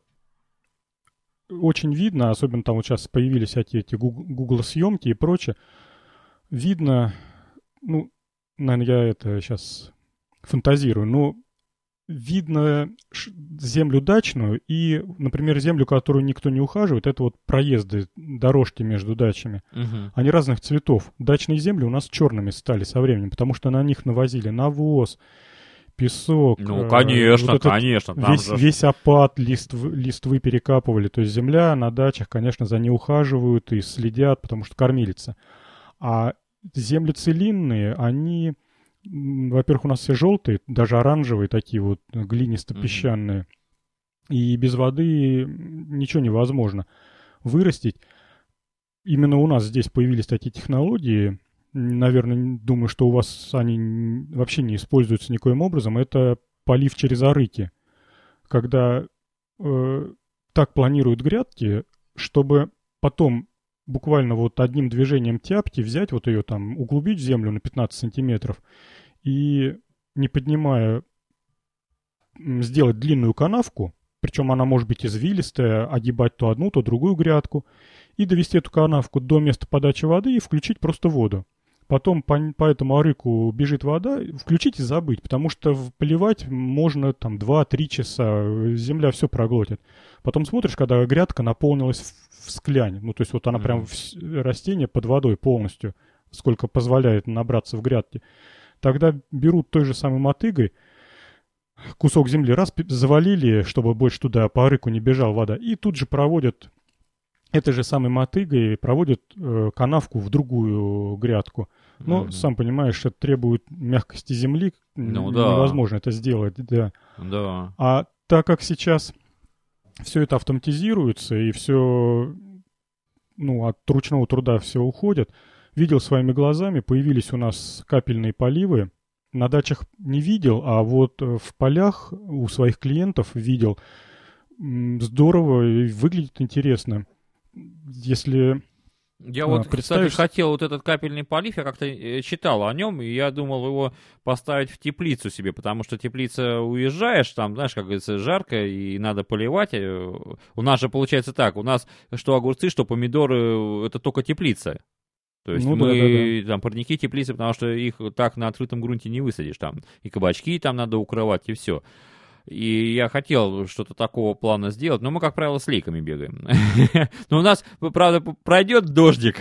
очень видно, особенно там вот сейчас появились всякие эти Google-съемки и прочее, видно, ну, наверное, я это сейчас фантазирую, но видно землю дачную и, например, землю, которую никто не ухаживает, это вот проезды, дорожки между дачами. Угу. Они разных цветов. Дачные земли у нас черными стали со временем, потому что на них навозили навоз, песок. Ну, конечно, вот конечно. Там весь, же... весь опад, лист, листвы перекапывали. То есть земля на дачах, конечно, за ней ухаживают и следят, потому что кормилица. А земли целинные, они... Во-первых, у нас все желтые, даже оранжевые такие вот, глинисто-песчаные. Mm-hmm. И без воды ничего невозможно вырастить. Именно у нас здесь появились такие технологии. Наверное, думаю, что у вас они вообще не используются никоим образом. Это полив через арыки. Когда э, так планируют грядки, чтобы потом буквально вот одним движением тяпки взять вот ее там, углубить в землю на пятнадцать сантиметров и, не поднимая, сделать длинную канавку, причем она может быть извилистая, огибать то одну, то другую грядку, и довести эту канавку до места подачи воды и включить просто воду. Потом по, по этому арыку бежит вода, включить и забыть, потому что поливать можно там два-три часа, земля все проглотит. Потом смотришь, когда грядка наполнилась в, в склянь, ну то есть вот она mm-hmm. прям в, растение под водой полностью, сколько позволяет набраться в грядке. Тогда берут той же самой мотыгой, кусок земли раз завалили, чтобы больше туда по арыку не бежала вода, и тут же проводят этой же самой мотыгой, проводят э, канавку в другую грядку. Но, mm-hmm. сам понимаешь, это требует мягкости земли, ну, невозможно да. это сделать. Да. Да. А так как сейчас все это автоматизируется и все, ну, от ручного труда все уходит, видел своими глазами, появились у нас капельные поливы. На дачах не видел, а вот в полях у своих клиентов видел. Здорово и выглядит интересно. Если Я вот, Представишь... кстати, хотел вот этот капельный полив, я как-то читал о нем, и я думал его поставить в теплицу себе, потому что теплица уезжаешь, там, знаешь, как говорится, жарко, и надо поливать. У нас же получается так, у нас что огурцы, что помидоры, это только теплица. То есть ну, мы, да, да, да. там, парники, теплицы, потому что их так на открытом грунте не высадишь, там, и кабачки там надо укрывать, и все. И я хотел что-то такого плана сделать, но мы, как правило, с лейками бегаем. Но у нас, правда, пройдет дождик,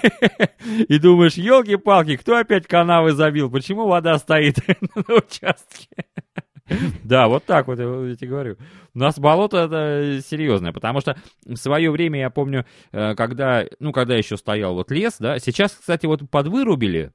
и думаешь, елки-палки, кто опять канавы забил? Почему вода стоит на участке? Да, вот так вот я тебе говорю. У нас болото это серьезное, потому что в свое время, я помню, когда, ну, когда еще стоял вот лес, да, сейчас, кстати, вот подвырубили,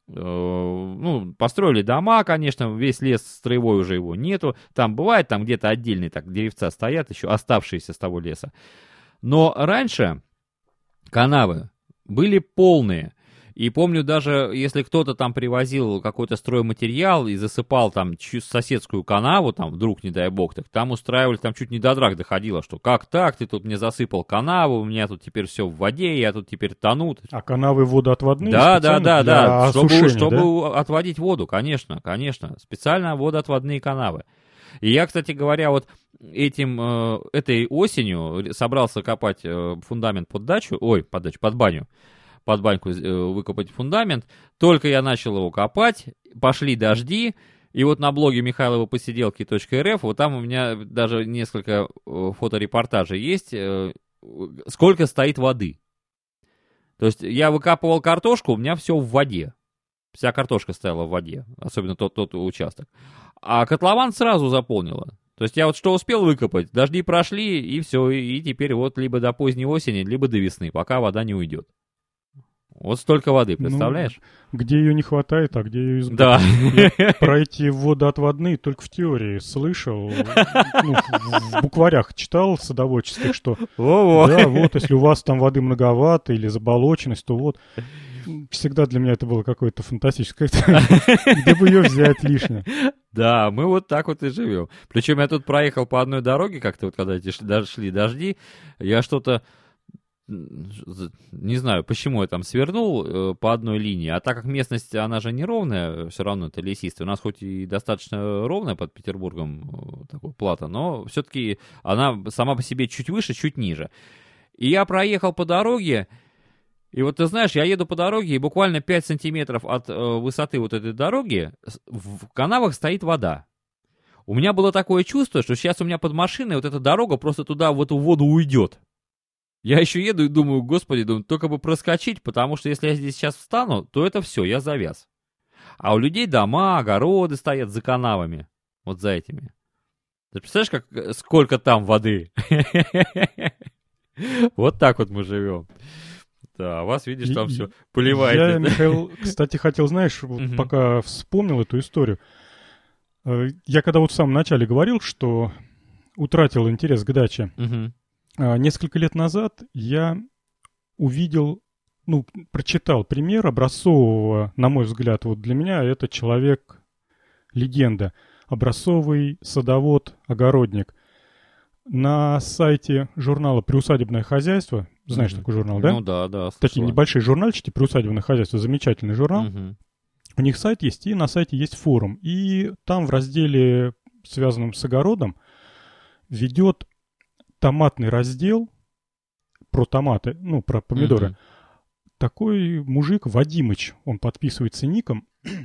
ну, построили дома, конечно, весь лес строевой уже его нету. Там бывает, там где-то отдельные так деревца стоят, еще оставшиеся с того леса. Но раньше канавы были полные. И помню, даже если кто-то там привозил какой-то стройматериал и засыпал там соседскую канаву, там вдруг, не дай бог, так там устраивали, там чуть не до драк доходило, что как так, ты тут мне засыпал канаву, у меня тут теперь все в воде, я тут теперь тону. А канавы водоотводные? Да, да, да, да, чтобы, чтобы да? отводить воду, конечно, конечно, специально водоотводные канавы. И я, кстати говоря, вот этим, э, этой осенью собрался копать э, фундамент под дачу, ой, под дачу, под баню. под баньку выкопать фундамент. Только я начал его копать, пошли дожди, и вот на блоге михайловопосиделки точка эр эф, вот там у меня даже несколько фоторепортажей есть, сколько стоит воды. То есть я выкапывал картошку, у меня все в воде. Вся картошка стояла в воде, особенно тот, тот участок. А котлован сразу заполнило. То есть я вот что успел выкопать, дожди прошли, и все, и теперь вот либо до поздней осени, либо до весны, пока вода не уйдет. Вот столько воды, представляешь? Ну, где ее не хватает, а где ее избавить. Да. Я про эти водоотводные только в теории слышал, ну, в, в букварях читал садоводческих, что Во-во. да, вот, если у вас там воды многовато или заболоченность, то вот. Всегда для меня это было какое-то фантастическое. Где бы ее взять лишнее? Да, мы вот так вот и живем. Причем я тут проехал по одной дороге, как-то вот когда эти шли дожди, я что-то не знаю, почему я там свернул э, по одной линии, а так как местность, она же неровная, все равно это лесистая, у нас хоть и достаточно ровная под Петербургом, э, такой плата, но все-таки она сама по себе чуть выше, чуть ниже. И я проехал по дороге, и вот ты знаешь, я еду по дороге, и буквально пять сантиметров от э, высоты вот этой дороги в канавах стоит вода. У меня было такое чувство, что сейчас у меня под машиной вот эта дорога просто туда в эту воду уйдет. Я еще еду и думаю, господи, думаю, только бы проскочить, потому что если я здесь сейчас встану, то это все, я завяз. А у людей дома, огороды стоят за канавами, вот за этими. Ты представляешь, как, сколько там воды? Вот так вот мы живем. Да, а вас, видишь, там все поливает. Я, Михаил, кстати, хотел, знаешь, пока вспомнил эту историю. Я когда вот в самом начале говорил, что утратил интерес к даче, несколько лет назад я увидел, ну, прочитал пример образцового, на мой взгляд, вот для меня это человек-легенда, образцовый садовод-огородник. На сайте журнала «Приусадебное хозяйство», знаешь mm-hmm. такой журнал, да? Ну да, да. Слышала. Такие небольшие журнальчики «Приусадебное хозяйство», замечательный журнал. Mm-hmm. У них сайт есть, и на сайте есть форум. И там в разделе, связанном с огородом, ведет томатный раздел про томаты, ну, про помидоры. Mm-hmm. Такой мужик, Вадимыч, он подписывается ником,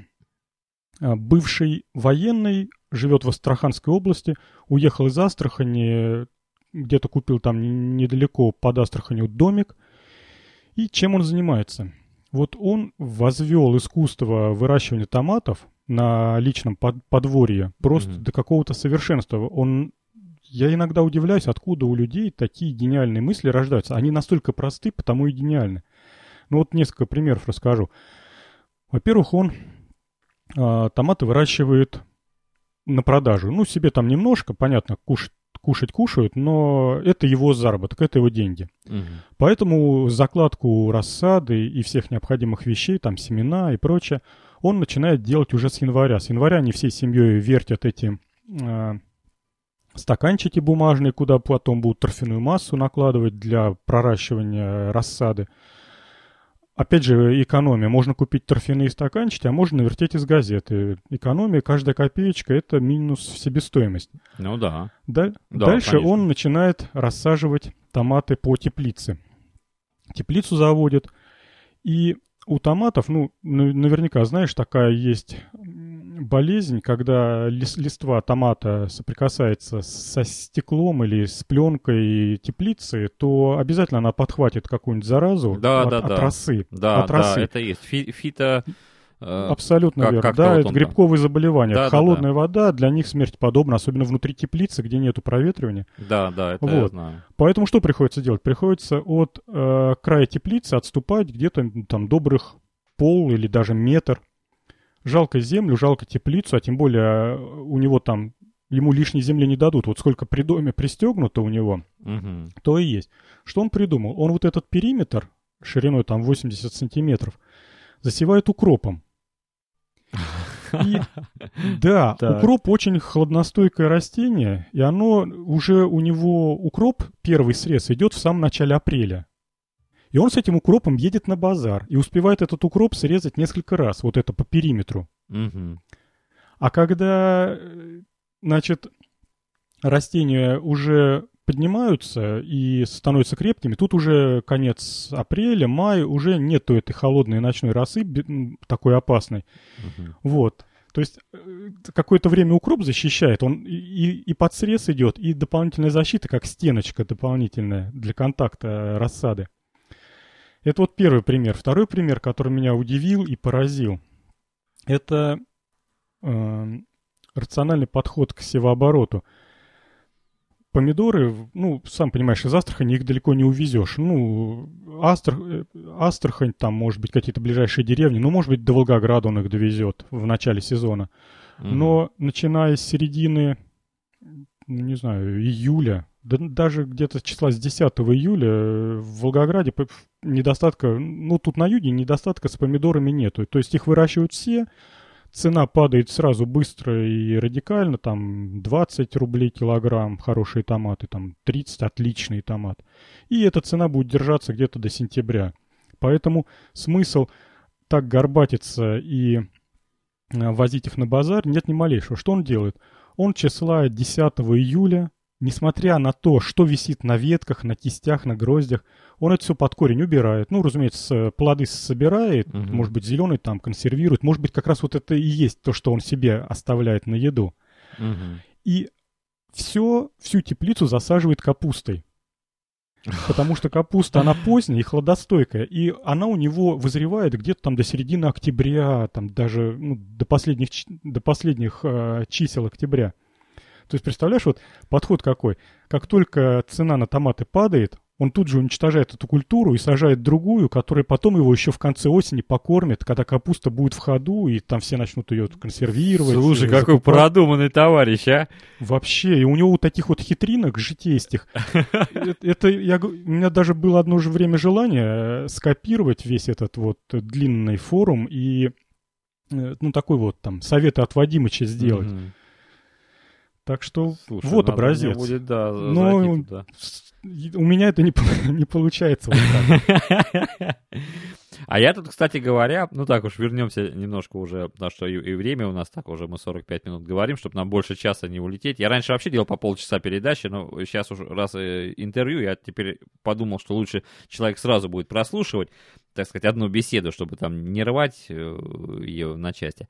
бывший военный, живет в Астраханской области, уехал из Астрахани, где-то купил там недалеко под Астраханью домик. И чем он занимается? Вот он возвел искусство выращивания томатов на личном подворье просто mm-hmm. до какого-то совершенства. Он Я иногда удивляюсь, откуда у людей такие гениальные мысли рождаются. Они настолько просты, потому и гениальны. Ну вот несколько примеров расскажу. Во-первых, он а, томаты выращивает на продажу. Ну, себе там немножко, понятно, кушать, кушать кушают, но это его заработок, это его деньги. Угу. Поэтому закладку рассады и всех необходимых вещей, там семена и прочее, он начинает делать уже с января. С января они всей семьей вертят эти... А, стаканчики бумажные, куда потом будут торфяную массу накладывать для проращивания рассады. опять же, экономия. Можно купить торфяные стаканчики, а можно навертеть из газеты. Экономия, каждая копеечка — это минус в себестоимость. Ну да. Да? Да, Дальше конечно. он начинает рассаживать томаты по теплице. Теплицу заводит. И у томатов, ну, наверняка, знаешь, такая есть болезнь, когда лис- листва томата соприкасается со стеклом или с пленкой теплицы, то обязательно она подхватит какую-нибудь заразу Да, от, да, от да. росы. Да, от росы. да, это есть. Фи- фито... э, Абсолютно как- верно. как-то Да, вот это он грибковые заболевания. Да, да, Холодная вода для них смерть подобна, особенно внутри теплицы, где нету проветривания. Да, да, это я Вот. знаю. Поэтому что приходится делать? Приходится от э, края теплицы отступать где-то там добрых пол или даже метр. Жалко землю, жалко теплицу, а тем более у него там, ему лишней земли не дадут. Вот сколько при доме пристегнуто у него, Мгм. то и есть. Что он придумал? Он вот этот периметр шириной там восемьдесят сантиметров засевает укропом. И да, Так. укроп очень хладностойкое растение, и оно уже у него укроп, первый срез, идет в самом начале апреля. И он с этим укропом едет на базар и успевает этот укроп срезать несколько раз, вот это по периметру. Мгм. А когда, э, значит, растения уже поднимаются и становятся крепкими, тут уже конец апреля, май, уже нету этой холодной ночной росы, бе- м, такой опасной. Мгм. Вот. То есть э, какое-то время укроп защищает, он и, и- и под срез идет, и дополнительная защита, как стеночка дополнительная для контакта рассады. Это вот первый пример. Второй пример, который меня удивил и поразил, это э, рациональный подход к севообороту. Помидоры, ну, сам понимаешь, из Астрахани их далеко не увезешь. Ну, Астр... э, Астрахань, там, может быть, какие-то ближайшие деревни, ну, может быть, до Волгограда он их довезет в начале сезона. Мгм. Но начиная с середины, ну, не знаю, июля, да даже где-то числа с десятого июля э, в Волгограде п- недостатка, ну, тут на юге недостатка с помидорами нету. То есть их выращивают все, цена падает сразу быстро и радикально, там двадцать рублей килограмм хорошие томаты, там тридцать отличный томат. И эта цена будет держаться где-то до сентября. Поэтому смысл так горбатиться и э, возить их на базар нет ни малейшего. Что он делает? Он числа десятого июля, несмотря на то, что висит на ветках, на кистях, на гроздях, он это все под корень убирает. Ну, разумеется, плоды собирает, Мгм. может быть, зеленый там консервирует, может быть, как раз вот это и есть то, что он себе оставляет на еду. Мгм. И все, всю теплицу засаживает капустой. Потому что капуста, она поздняя и хладостойкая, и она у него вызревает где-то там до середины октября, там даже ну, до последних, ч- до последних э, чисел октября. То есть, представляешь, вот подход какой. Как только цена на томаты падает, он тут же уничтожает эту культуру и сажает другую, которая потом его еще в конце осени покормит, когда капуста будет в ходу, и там все начнут ее консервировать. Слушай, э, какой закупать. продуманный товарищ, а? Вообще, и у него вот таких вот хитринок житейских. Это, это я, г- у меня даже было одно же время желание э, скопировать весь этот вот э, длинный форум и, э, ну, такой вот там, советы от Вадимыча сделать. Мгм. Так что Слушай, вот надо мне образец. будет, да, за- Но зайти туда. с- у меня это не, по- не получается вот так. А я тут, кстати говоря, ну так уж вернемся немножко уже, потому что и, и время у нас так уже мы сорок пять минут говорим, чтобы нам больше часа не улететь. Я раньше вообще делал по полчаса передачи, но сейчас уже раз э, интервью, я теперь подумал, что лучше человек сразу будет прослушивать, так сказать, одну беседу, чтобы там не рвать э, ее на части.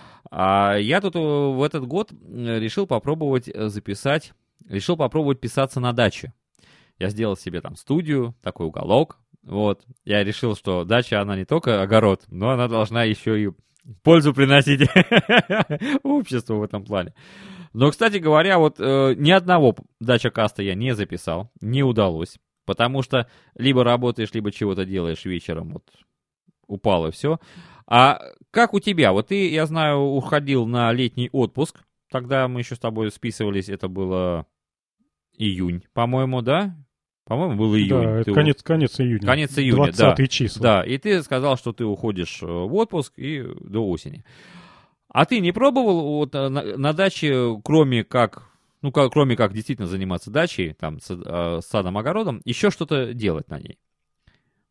А я тут э, в этот год э, решил попробовать э, записать, решил попробовать писаться на даче. Я сделал себе там студию, такой уголок. Вот. Я решил, что дача, она не только огород, но она должна еще и пользу приносить обществу в этом плане. Но, кстати говоря, вот э, ни одного дача-каста я не записал, не удалось. Потому что либо работаешь, либо чего-то делаешь вечером, вот упало все. А как у тебя? Вот ты, я знаю, уходил на летний отпуск. Тогда мы еще с тобой списывались, это было июнь, по-моему, да? По-моему, был июнь. Да, Ты это конец, конец июня. Конец июня, двадцатые да. числа. Да, и ты сказал, что ты уходишь э, в отпуск и до осени. А ты не пробовал вот э, на, на даче, кроме как, ну, как, кроме как действительно заниматься дачей, там, с, э, садом, огородом, еще что-то делать на ней?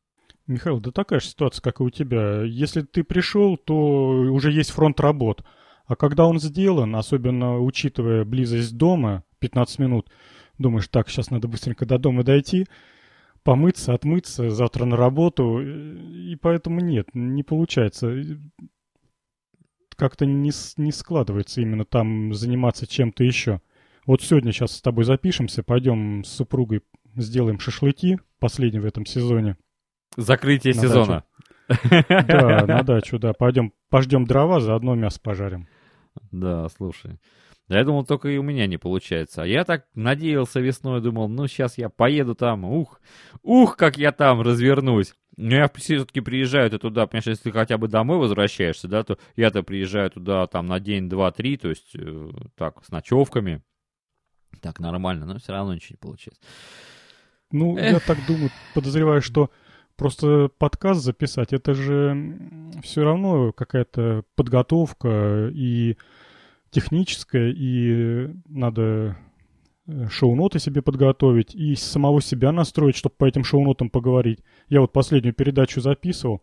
Михаил, да такая же ситуация, как и у тебя. Если ты пришел, то уже есть фронт работ. А когда он сделан, особенно учитывая близость дома, пятнадцать минут, думаешь, так, сейчас надо быстренько до дома дойти, помыться, отмыться, завтра на работу. И поэтому нет, не получается. Как-то не, не складывается именно там заниматься чем-то еще. Вот сегодня сейчас с тобой запишемся, пойдем с супругой сделаем шашлыки, последний в этом сезоне. Закрытие на сезона. Дачу. Да, на дачу, да. Пойдем, пождем дрова, заодно мясо пожарим. Да, слушай. Да я думал, только и у меня не получается. А я так надеялся весной, думал, ну сейчас я поеду там, ух, ух, как я там развернусь. Но я все-таки приезжаю ты туда, понимаешь, если ты хотя бы домой возвращаешься, да, то я-то приезжаю туда там на день, два, три, то есть э, так, с ночевками. Так, нормально, но все равно ничего не получается. Ну, Эх. я так думаю, подозреваю, что просто подкаст записать, это же все равно какая-то подготовка и техническая, и надо шоу-ноты себе подготовить, и самого себя настроить, чтобы по этим шоу-нотам поговорить. Я вот последнюю передачу записывал.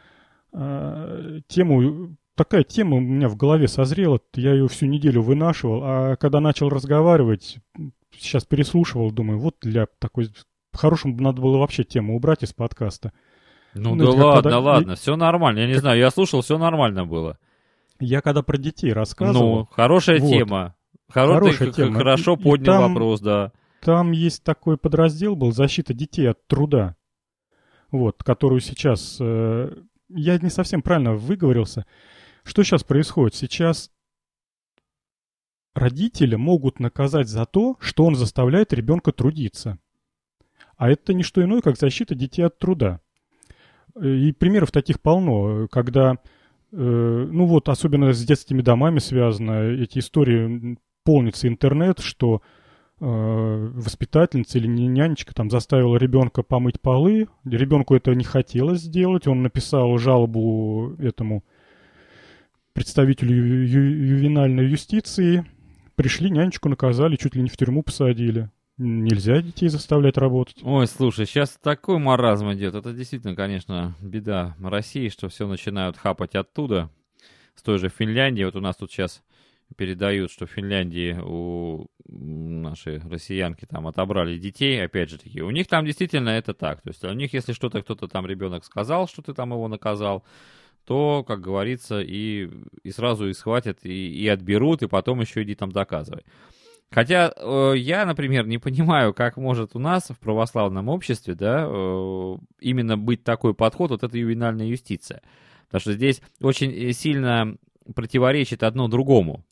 Тему, такая тема у меня в голове созрела, я ее всю неделю вынашивал, а когда начал разговаривать, сейчас переслушивал, думаю, вот для такой... По-хорошему надо было вообще тему убрать из подкаста. Ну, ну да ладно, когда... ладно, все нормально. Я не как... знаю, я слушал, все нормально было. Я когда про детей рассказывал... Ну, хорошая вот, тема. Хоро... Хорошая ты тема. Хорошо и, поднял и там, вопрос, да. Там есть такой подраздел был «Защита детей от труда», вот, которую сейчас... Э, я не совсем правильно выговорился. Что сейчас происходит? Сейчас родители могут наказать за то, что он заставляет ребенка трудиться. А это не что иное, как защита детей от труда. И примеров таких полно, когда, э, ну вот, особенно с детскими домами связано, эти истории, полнится интернет, что э, воспитательница или нянечка там заставила ребенка помыть полы, ребенку это не хотелось сделать, он написал жалобу этому представителю ю- ю- ювенальной юстиции, пришли, нянечку наказали, чуть ли не в тюрьму посадили. Нельзя детей заставлять работать. Ой, слушай, сейчас такой маразм идет. Это действительно, конечно, беда России, что все начинают хапать оттуда. С той же Финляндии. Вот у нас тут сейчас передают, что в Финляндии у нашей россиянки там отобрали детей. Опять же таки, у них там действительно это так. То есть у них, если что-то кто-то там, ребенок сказал, что ты там его наказал, то, как говорится, и, и сразу и схватят, и, и отберут, и потом еще иди там доказывай. Хотя э, я, например, не понимаю, как может у нас в православном обществе, да, э, именно быть такой подход, вот это ювенальная юстиция. Потому что здесь очень сильно противоречит одно другому.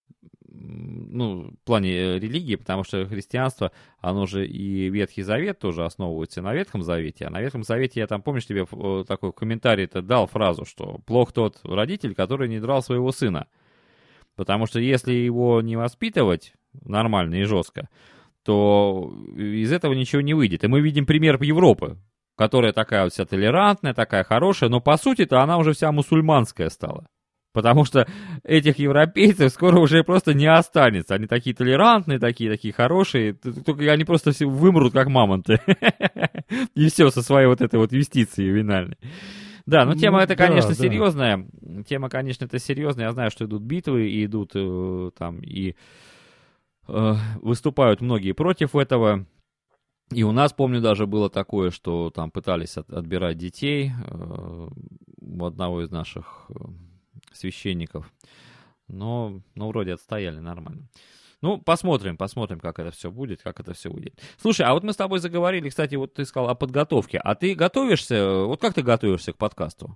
Ну, в плане религии, потому что христианство, оно же и Ветхий Завет тоже основывается на Ветхом Завете. А на Ветхом Завете, я там, помнишь, тебе такой комментарий-то дал фразу, что плох тот родитель, который не драл своего сына. Потому что если его не воспитывать нормально и жестко, то из этого ничего не выйдет. И мы видим пример Европы, которая такая вот вся толерантная, такая хорошая, но по сути-то она уже вся мусульманская стала. Потому что этих европейцев скоро уже просто не останется. Они такие толерантные, такие, такие хорошие, только они просто все вымрут, как мамонты. И все со своей вот этой вот юстицией ювенальной. Да, но тема ну, это, конечно, да, серьезная. Да. Тема, конечно, это серьезная. Я знаю, что идут битвы, и идут э, там, и э, выступают многие против этого. И у нас, помню, даже было такое, что там пытались от, отбирать детей э, у одного из наших э, священников. Но, но вроде отстояли нормально. Ну, посмотрим, посмотрим, как это все будет, как это все выйдет. Слушай, а вот мы с тобой заговорили, кстати, вот ты сказал о подготовке. А ты готовишься, вот как ты готовишься к подкасту?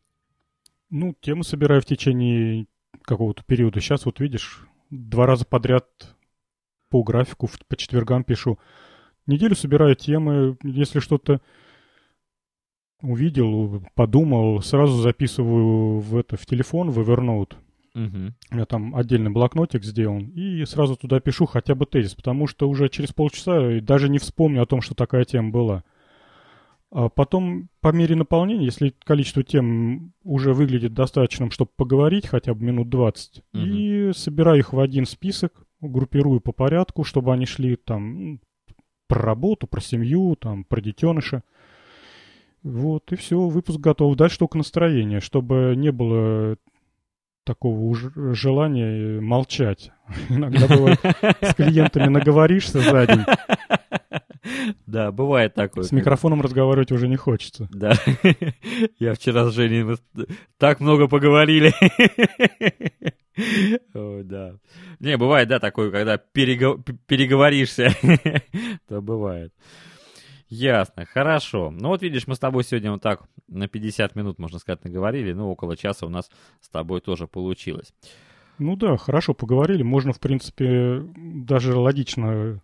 Ну, тему собираю в течение какого-то периода. Сейчас вот видишь, два раза подряд по графику, по четвергам пишу. Неделю собираю темы, если что-то увидел, подумал, сразу записываю в это, в телефон, в Evernote. Угу. У меня там отдельный блокнотик сделан, и сразу туда пишу хотя бы тезис, потому что уже через полчаса даже не вспомню о том, что такая тема была. А потом, по мере наполнения, если количество тем уже выглядит достаточным, чтобы поговорить хотя бы минут двадцать, угу. и собираю их в один список, группирую по порядку, чтобы они шли там про работу, про семью, там, про детеныша. Вот, и все, выпуск готов. Дальше только настроение, чтобы не было такого уж желания молчать. Иногда бывает, с клиентами наговоришься за день. Да, бывает такое. С микрофоном разговаривать уже не хочется. Да, я вчера с Женей так много поговорили. Ой, да. Не, бывает, да, такое, когда перего... переговоришься, то бывает. Ясно, хорошо. Ну вот видишь, мы с тобой сегодня вот так на пятьдесят минут, можно сказать, наговорили, ну около часа у нас с тобой тоже получилось. Ну да, хорошо поговорили, можно, в принципе, даже логично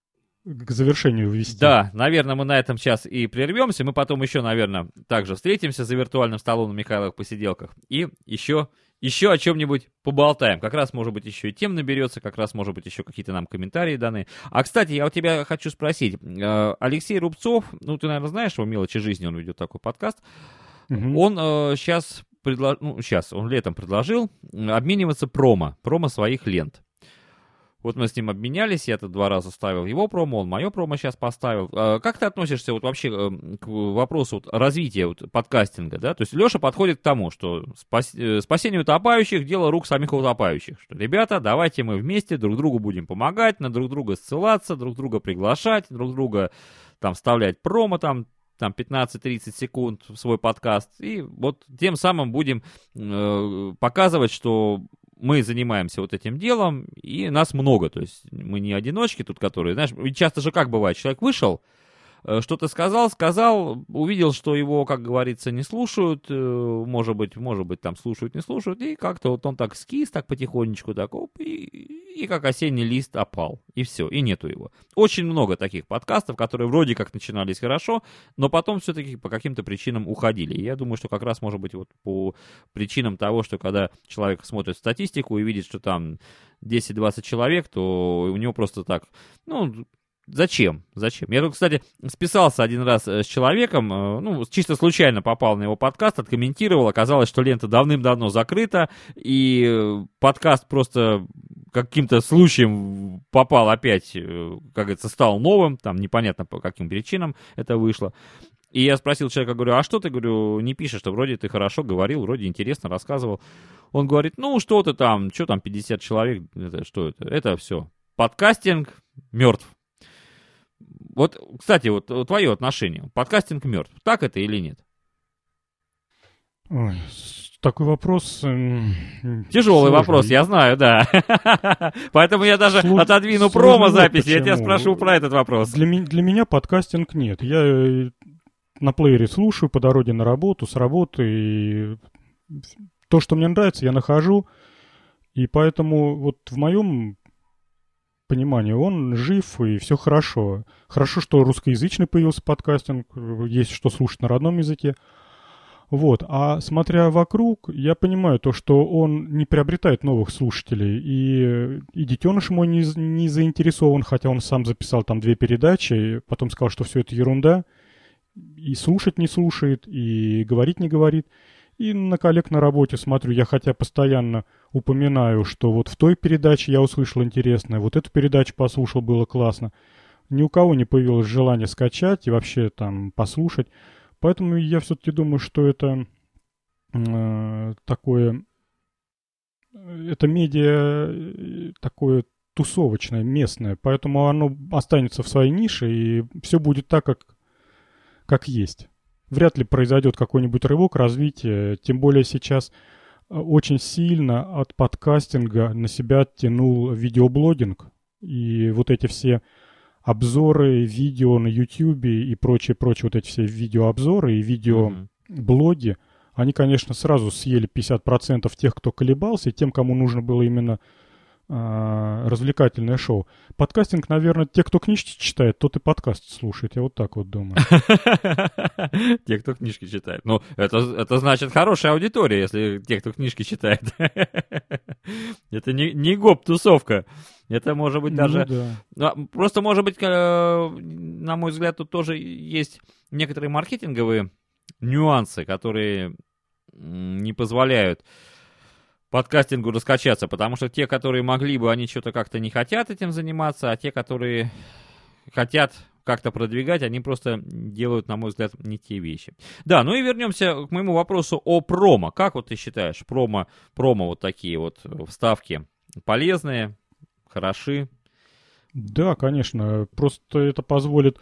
к завершению ввести. Да, наверное, мы на этом сейчас и прервемся. Мы потом еще, наверное, также встретимся за виртуальным столом на Михайловых посиделках и еще, еще о чем-нибудь поболтаем. Как раз, может быть, еще и тем наберется, как раз, может быть, еще какие-то нам комментарии даны. А, кстати, я у тебя хочу спросить. Алексей Рубцов, ну, ты, наверное, знаешь его «Мелочи жизни», он ведет такой подкаст. Угу. Он э, сейчас, предлож... ну, сейчас, он летом предложил обмениваться промо, промо своих лент. Вот мы с ним обменялись, я тут два раза ставил его промо, он мое промо сейчас поставил. Как ты относишься вот вообще к вопросу вот развития вот подкастинга, да? То есть Леша подходит к тому, что спас... спасение утопающих – дело рук самих утопающих. Что, ребята, давайте мы вместе друг другу будем помогать, на друг друга ссылаться, друг друга приглашать, друг друга там вставлять промо, там, там пятнадцать-тридцать секунд в свой подкаст. И вот тем самым будем э, показывать, что мы занимаемся вот этим делом, и нас много, то есть мы не одиночки тут, которые, знаешь, часто же как бывает, человек вышел, что-то сказал, сказал, увидел, что его, как говорится, не слушают, может быть, может быть, там слушают, не слушают, и как-то вот он так скис, так потихонечку, так, оп, и, и как осенний лист опал, и все, и нету его. Очень много таких подкастов, которые вроде как начинались хорошо, но потом все-таки по каким-то причинам уходили. И я думаю, что как раз, может быть, вот по причинам того, что когда человек смотрит статистику и видит, что там десять-двадцать человек, то у него просто так, ну... Зачем? Зачем? Я тут, кстати, списался один раз с человеком, ну, чисто случайно попал на его подкаст, откомментировал, оказалось, что лента давным-давно закрыта, и подкаст просто каким-то случаем попал опять, как говорится, стал новым, там непонятно по каким причинам это вышло. И я спросил человека, говорю, а что ты, говорю, не пишешь, что вроде ты хорошо говорил, вроде интересно рассказывал. Он говорит, ну, что ты там, что там, пятьдесят человек, это, что это? Это все. Подкастинг мертв. Вот, кстати, вот твое отношение. Подкастинг мертв. Так это или нет? Ой, такой вопрос... Тяжелый вопрос, я знаю, да. Поэтому я даже Слу... отодвину промо-запись, я тебя спрошу про этот вопрос. Для, ми- для меня подкастинг нет. Я на плеере слушаю по дороге на работу, с работы. И то, что мне нравится, я нахожу. И поэтому вот в моем... понимание, он жив и все хорошо. Хорошо, что русскоязычный появился подкастинг, есть что слушать на родном языке. Вот, а смотря вокруг, я понимаю то, что он не приобретает новых слушателей, и, и детеныш мой не, не заинтересован, хотя он сам записал там две передачи, и потом сказал, что все это ерунда, и слушать не слушает, и говорить не говорит. И на коллег на работе смотрю, я хотя постоянно упоминаю, что вот в той передаче я услышал интересное, вот эту передачу послушал, было классно. Ни у кого не появилось желания скачать и вообще там послушать. Поэтому я все-таки думаю, что это э, такое, это медиа такое тусовочное, местное. Поэтому оно останется в своей нише и все будет так, как, как есть. Вряд ли произойдет какой-нибудь рывок развития, тем более сейчас очень сильно от подкастинга на себя тянул видеоблогинг. И вот эти все обзоры, видео на Ютьюбе и прочие-прочие вот эти все видеообзоры и видеоблоги, mm-hmm. они, конечно, сразу съели пятьдесят процентов тех, кто колебался, и тем, кому нужно было именно а, развлекательное шоу. Подкастинг, наверное, те, кто книжки читает, тот и подкаст слушает. Я вот так вот думаю. Те, кто книжки читает. Ну, это, это значит хорошая аудитория, если те, кто книжки читает. Это не, не гоп-тусовка. Это может быть даже... Ну, да. Просто, может быть, на мой взгляд, тут тоже есть некоторые маркетинговые нюансы, которые не позволяют подкастингу раскачаться, потому что те, которые могли бы, они что-то как-то не хотят этим заниматься, а те, которые хотят как-то продвигать, они просто делают, на мой взгляд, не те вещи. Да, ну и вернемся к моему вопросу о промо. Как вот ты считаешь, промо, промо вот такие вот вставки полезные, хороши? Да, конечно. Просто это позволит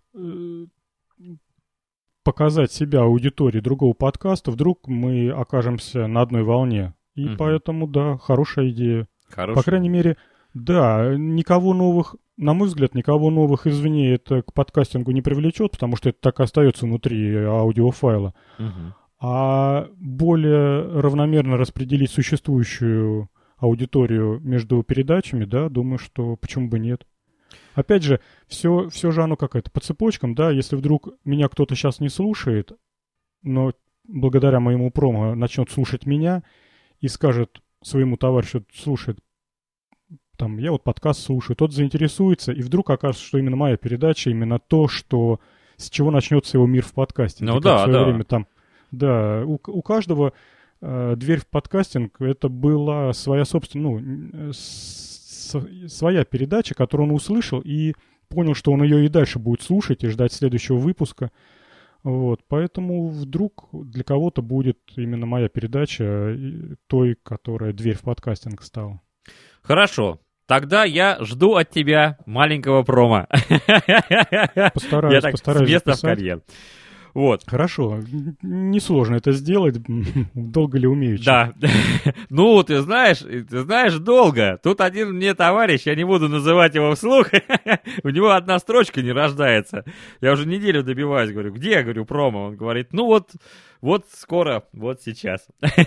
показать себя аудитории другого подкаста. Вдруг мы окажемся на одной волне. И угу. поэтому, да, хорошая идея. Хорошая. По крайней мере, да, никого новых, на мой взгляд, никого новых извне это к подкастингу не привлечет, потому что это так и остается внутри аудиофайла. Угу. А более равномерно распределить существующую аудиторию между передачами, да, думаю, что почему бы нет. Опять же, все, все же оно какое-то по цепочкам, да, если вдруг меня кто-то сейчас не слушает, но благодаря моему промо начнет слушать меня и скажет своему товарищу, слушает, там, я вот подкаст слушаю, тот заинтересуется, и вдруг окажется, что именно моя передача, именно то, что, с чего начнется его мир в подкасте. Ну да, в свое да. Время, там, да, у, у каждого э, дверь в подкастинг, это была своя собственная, ну, с, своя передача, которую он услышал и понял, что он ее и дальше будет слушать и ждать следующего выпуска. Вот, поэтому вдруг для кого-то будет именно моя передача той, которая дверь в подкастинг стала. Хорошо. Тогда я жду от тебя маленького промо. Постараюсь, я так постараюсь с места записать. в карьер. Вот. Хорошо. Несложно это сделать. Долго ли умею? Да. Ну, ты знаешь, ты знаешь, долго. Тут один мне товарищ, я не буду называть его вслух, у него одна строчка не рождается. Я уже неделю добиваюсь, говорю, где, я говорю, промо? Он говорит, ну вот, вот скоро, вот сейчас.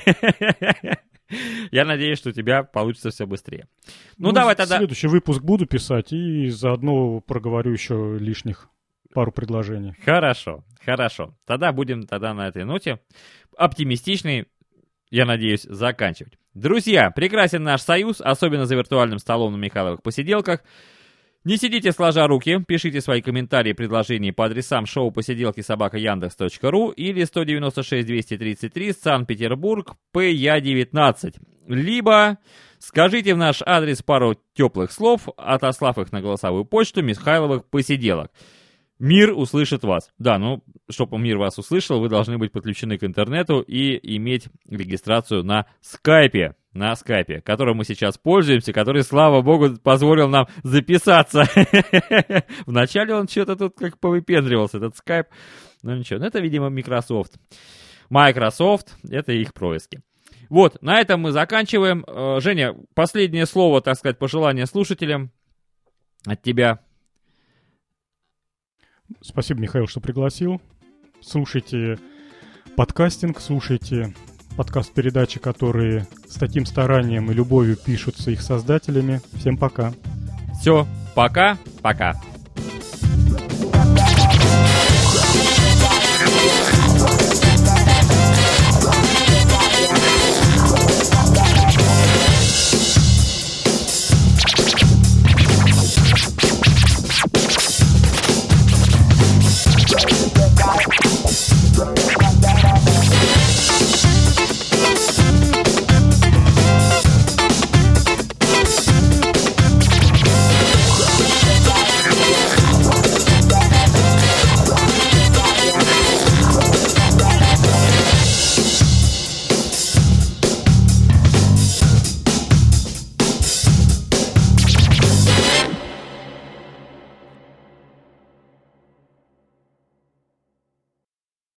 Я надеюсь, что у тебя получится все быстрее. Ну, ну давай тогда... Следующий выпуск буду писать и заодно проговорю еще лишних пару предложений. Хорошо, хорошо. Тогда будем тогда на этой ноте оптимистичной, я надеюсь, заканчивать. Друзья, прекрасен наш союз, особенно за виртуальным столом на Михайловых посиделках. Не сидите сложа руки, пишите свои комментарии и предложения по адресам шоу посиделки собака яндекс точка ру или сто девяносто шесть двести тридцать три Санкт-Петербург, П Я девятнадцать. Либо скажите в наш адрес пару теплых слов, отослав их на голосовую почту Михайловых посиделок. Мир услышит вас. Да, ну, чтобы мир вас услышал, вы должны быть подключены к интернету и иметь регистрацию на скайпе. На скайпе, которым мы сейчас пользуемся, который, слава богу, позволил нам записаться. Вначале он что-то тут как повыпендривался, этот скайп. Ну ничего, ну это, видимо, Microsoft. Microsoft, это их происки. Вот, на этом мы заканчиваем. Женя, последнее слово, так сказать, пожелание слушателям от тебя. Спасибо, Михаил, что пригласил. Слушайте подкастинг, слушайте подкаст-передачи, которые с таким старанием и любовью пишутся их создателями. Всем пока. Все, пока, пока.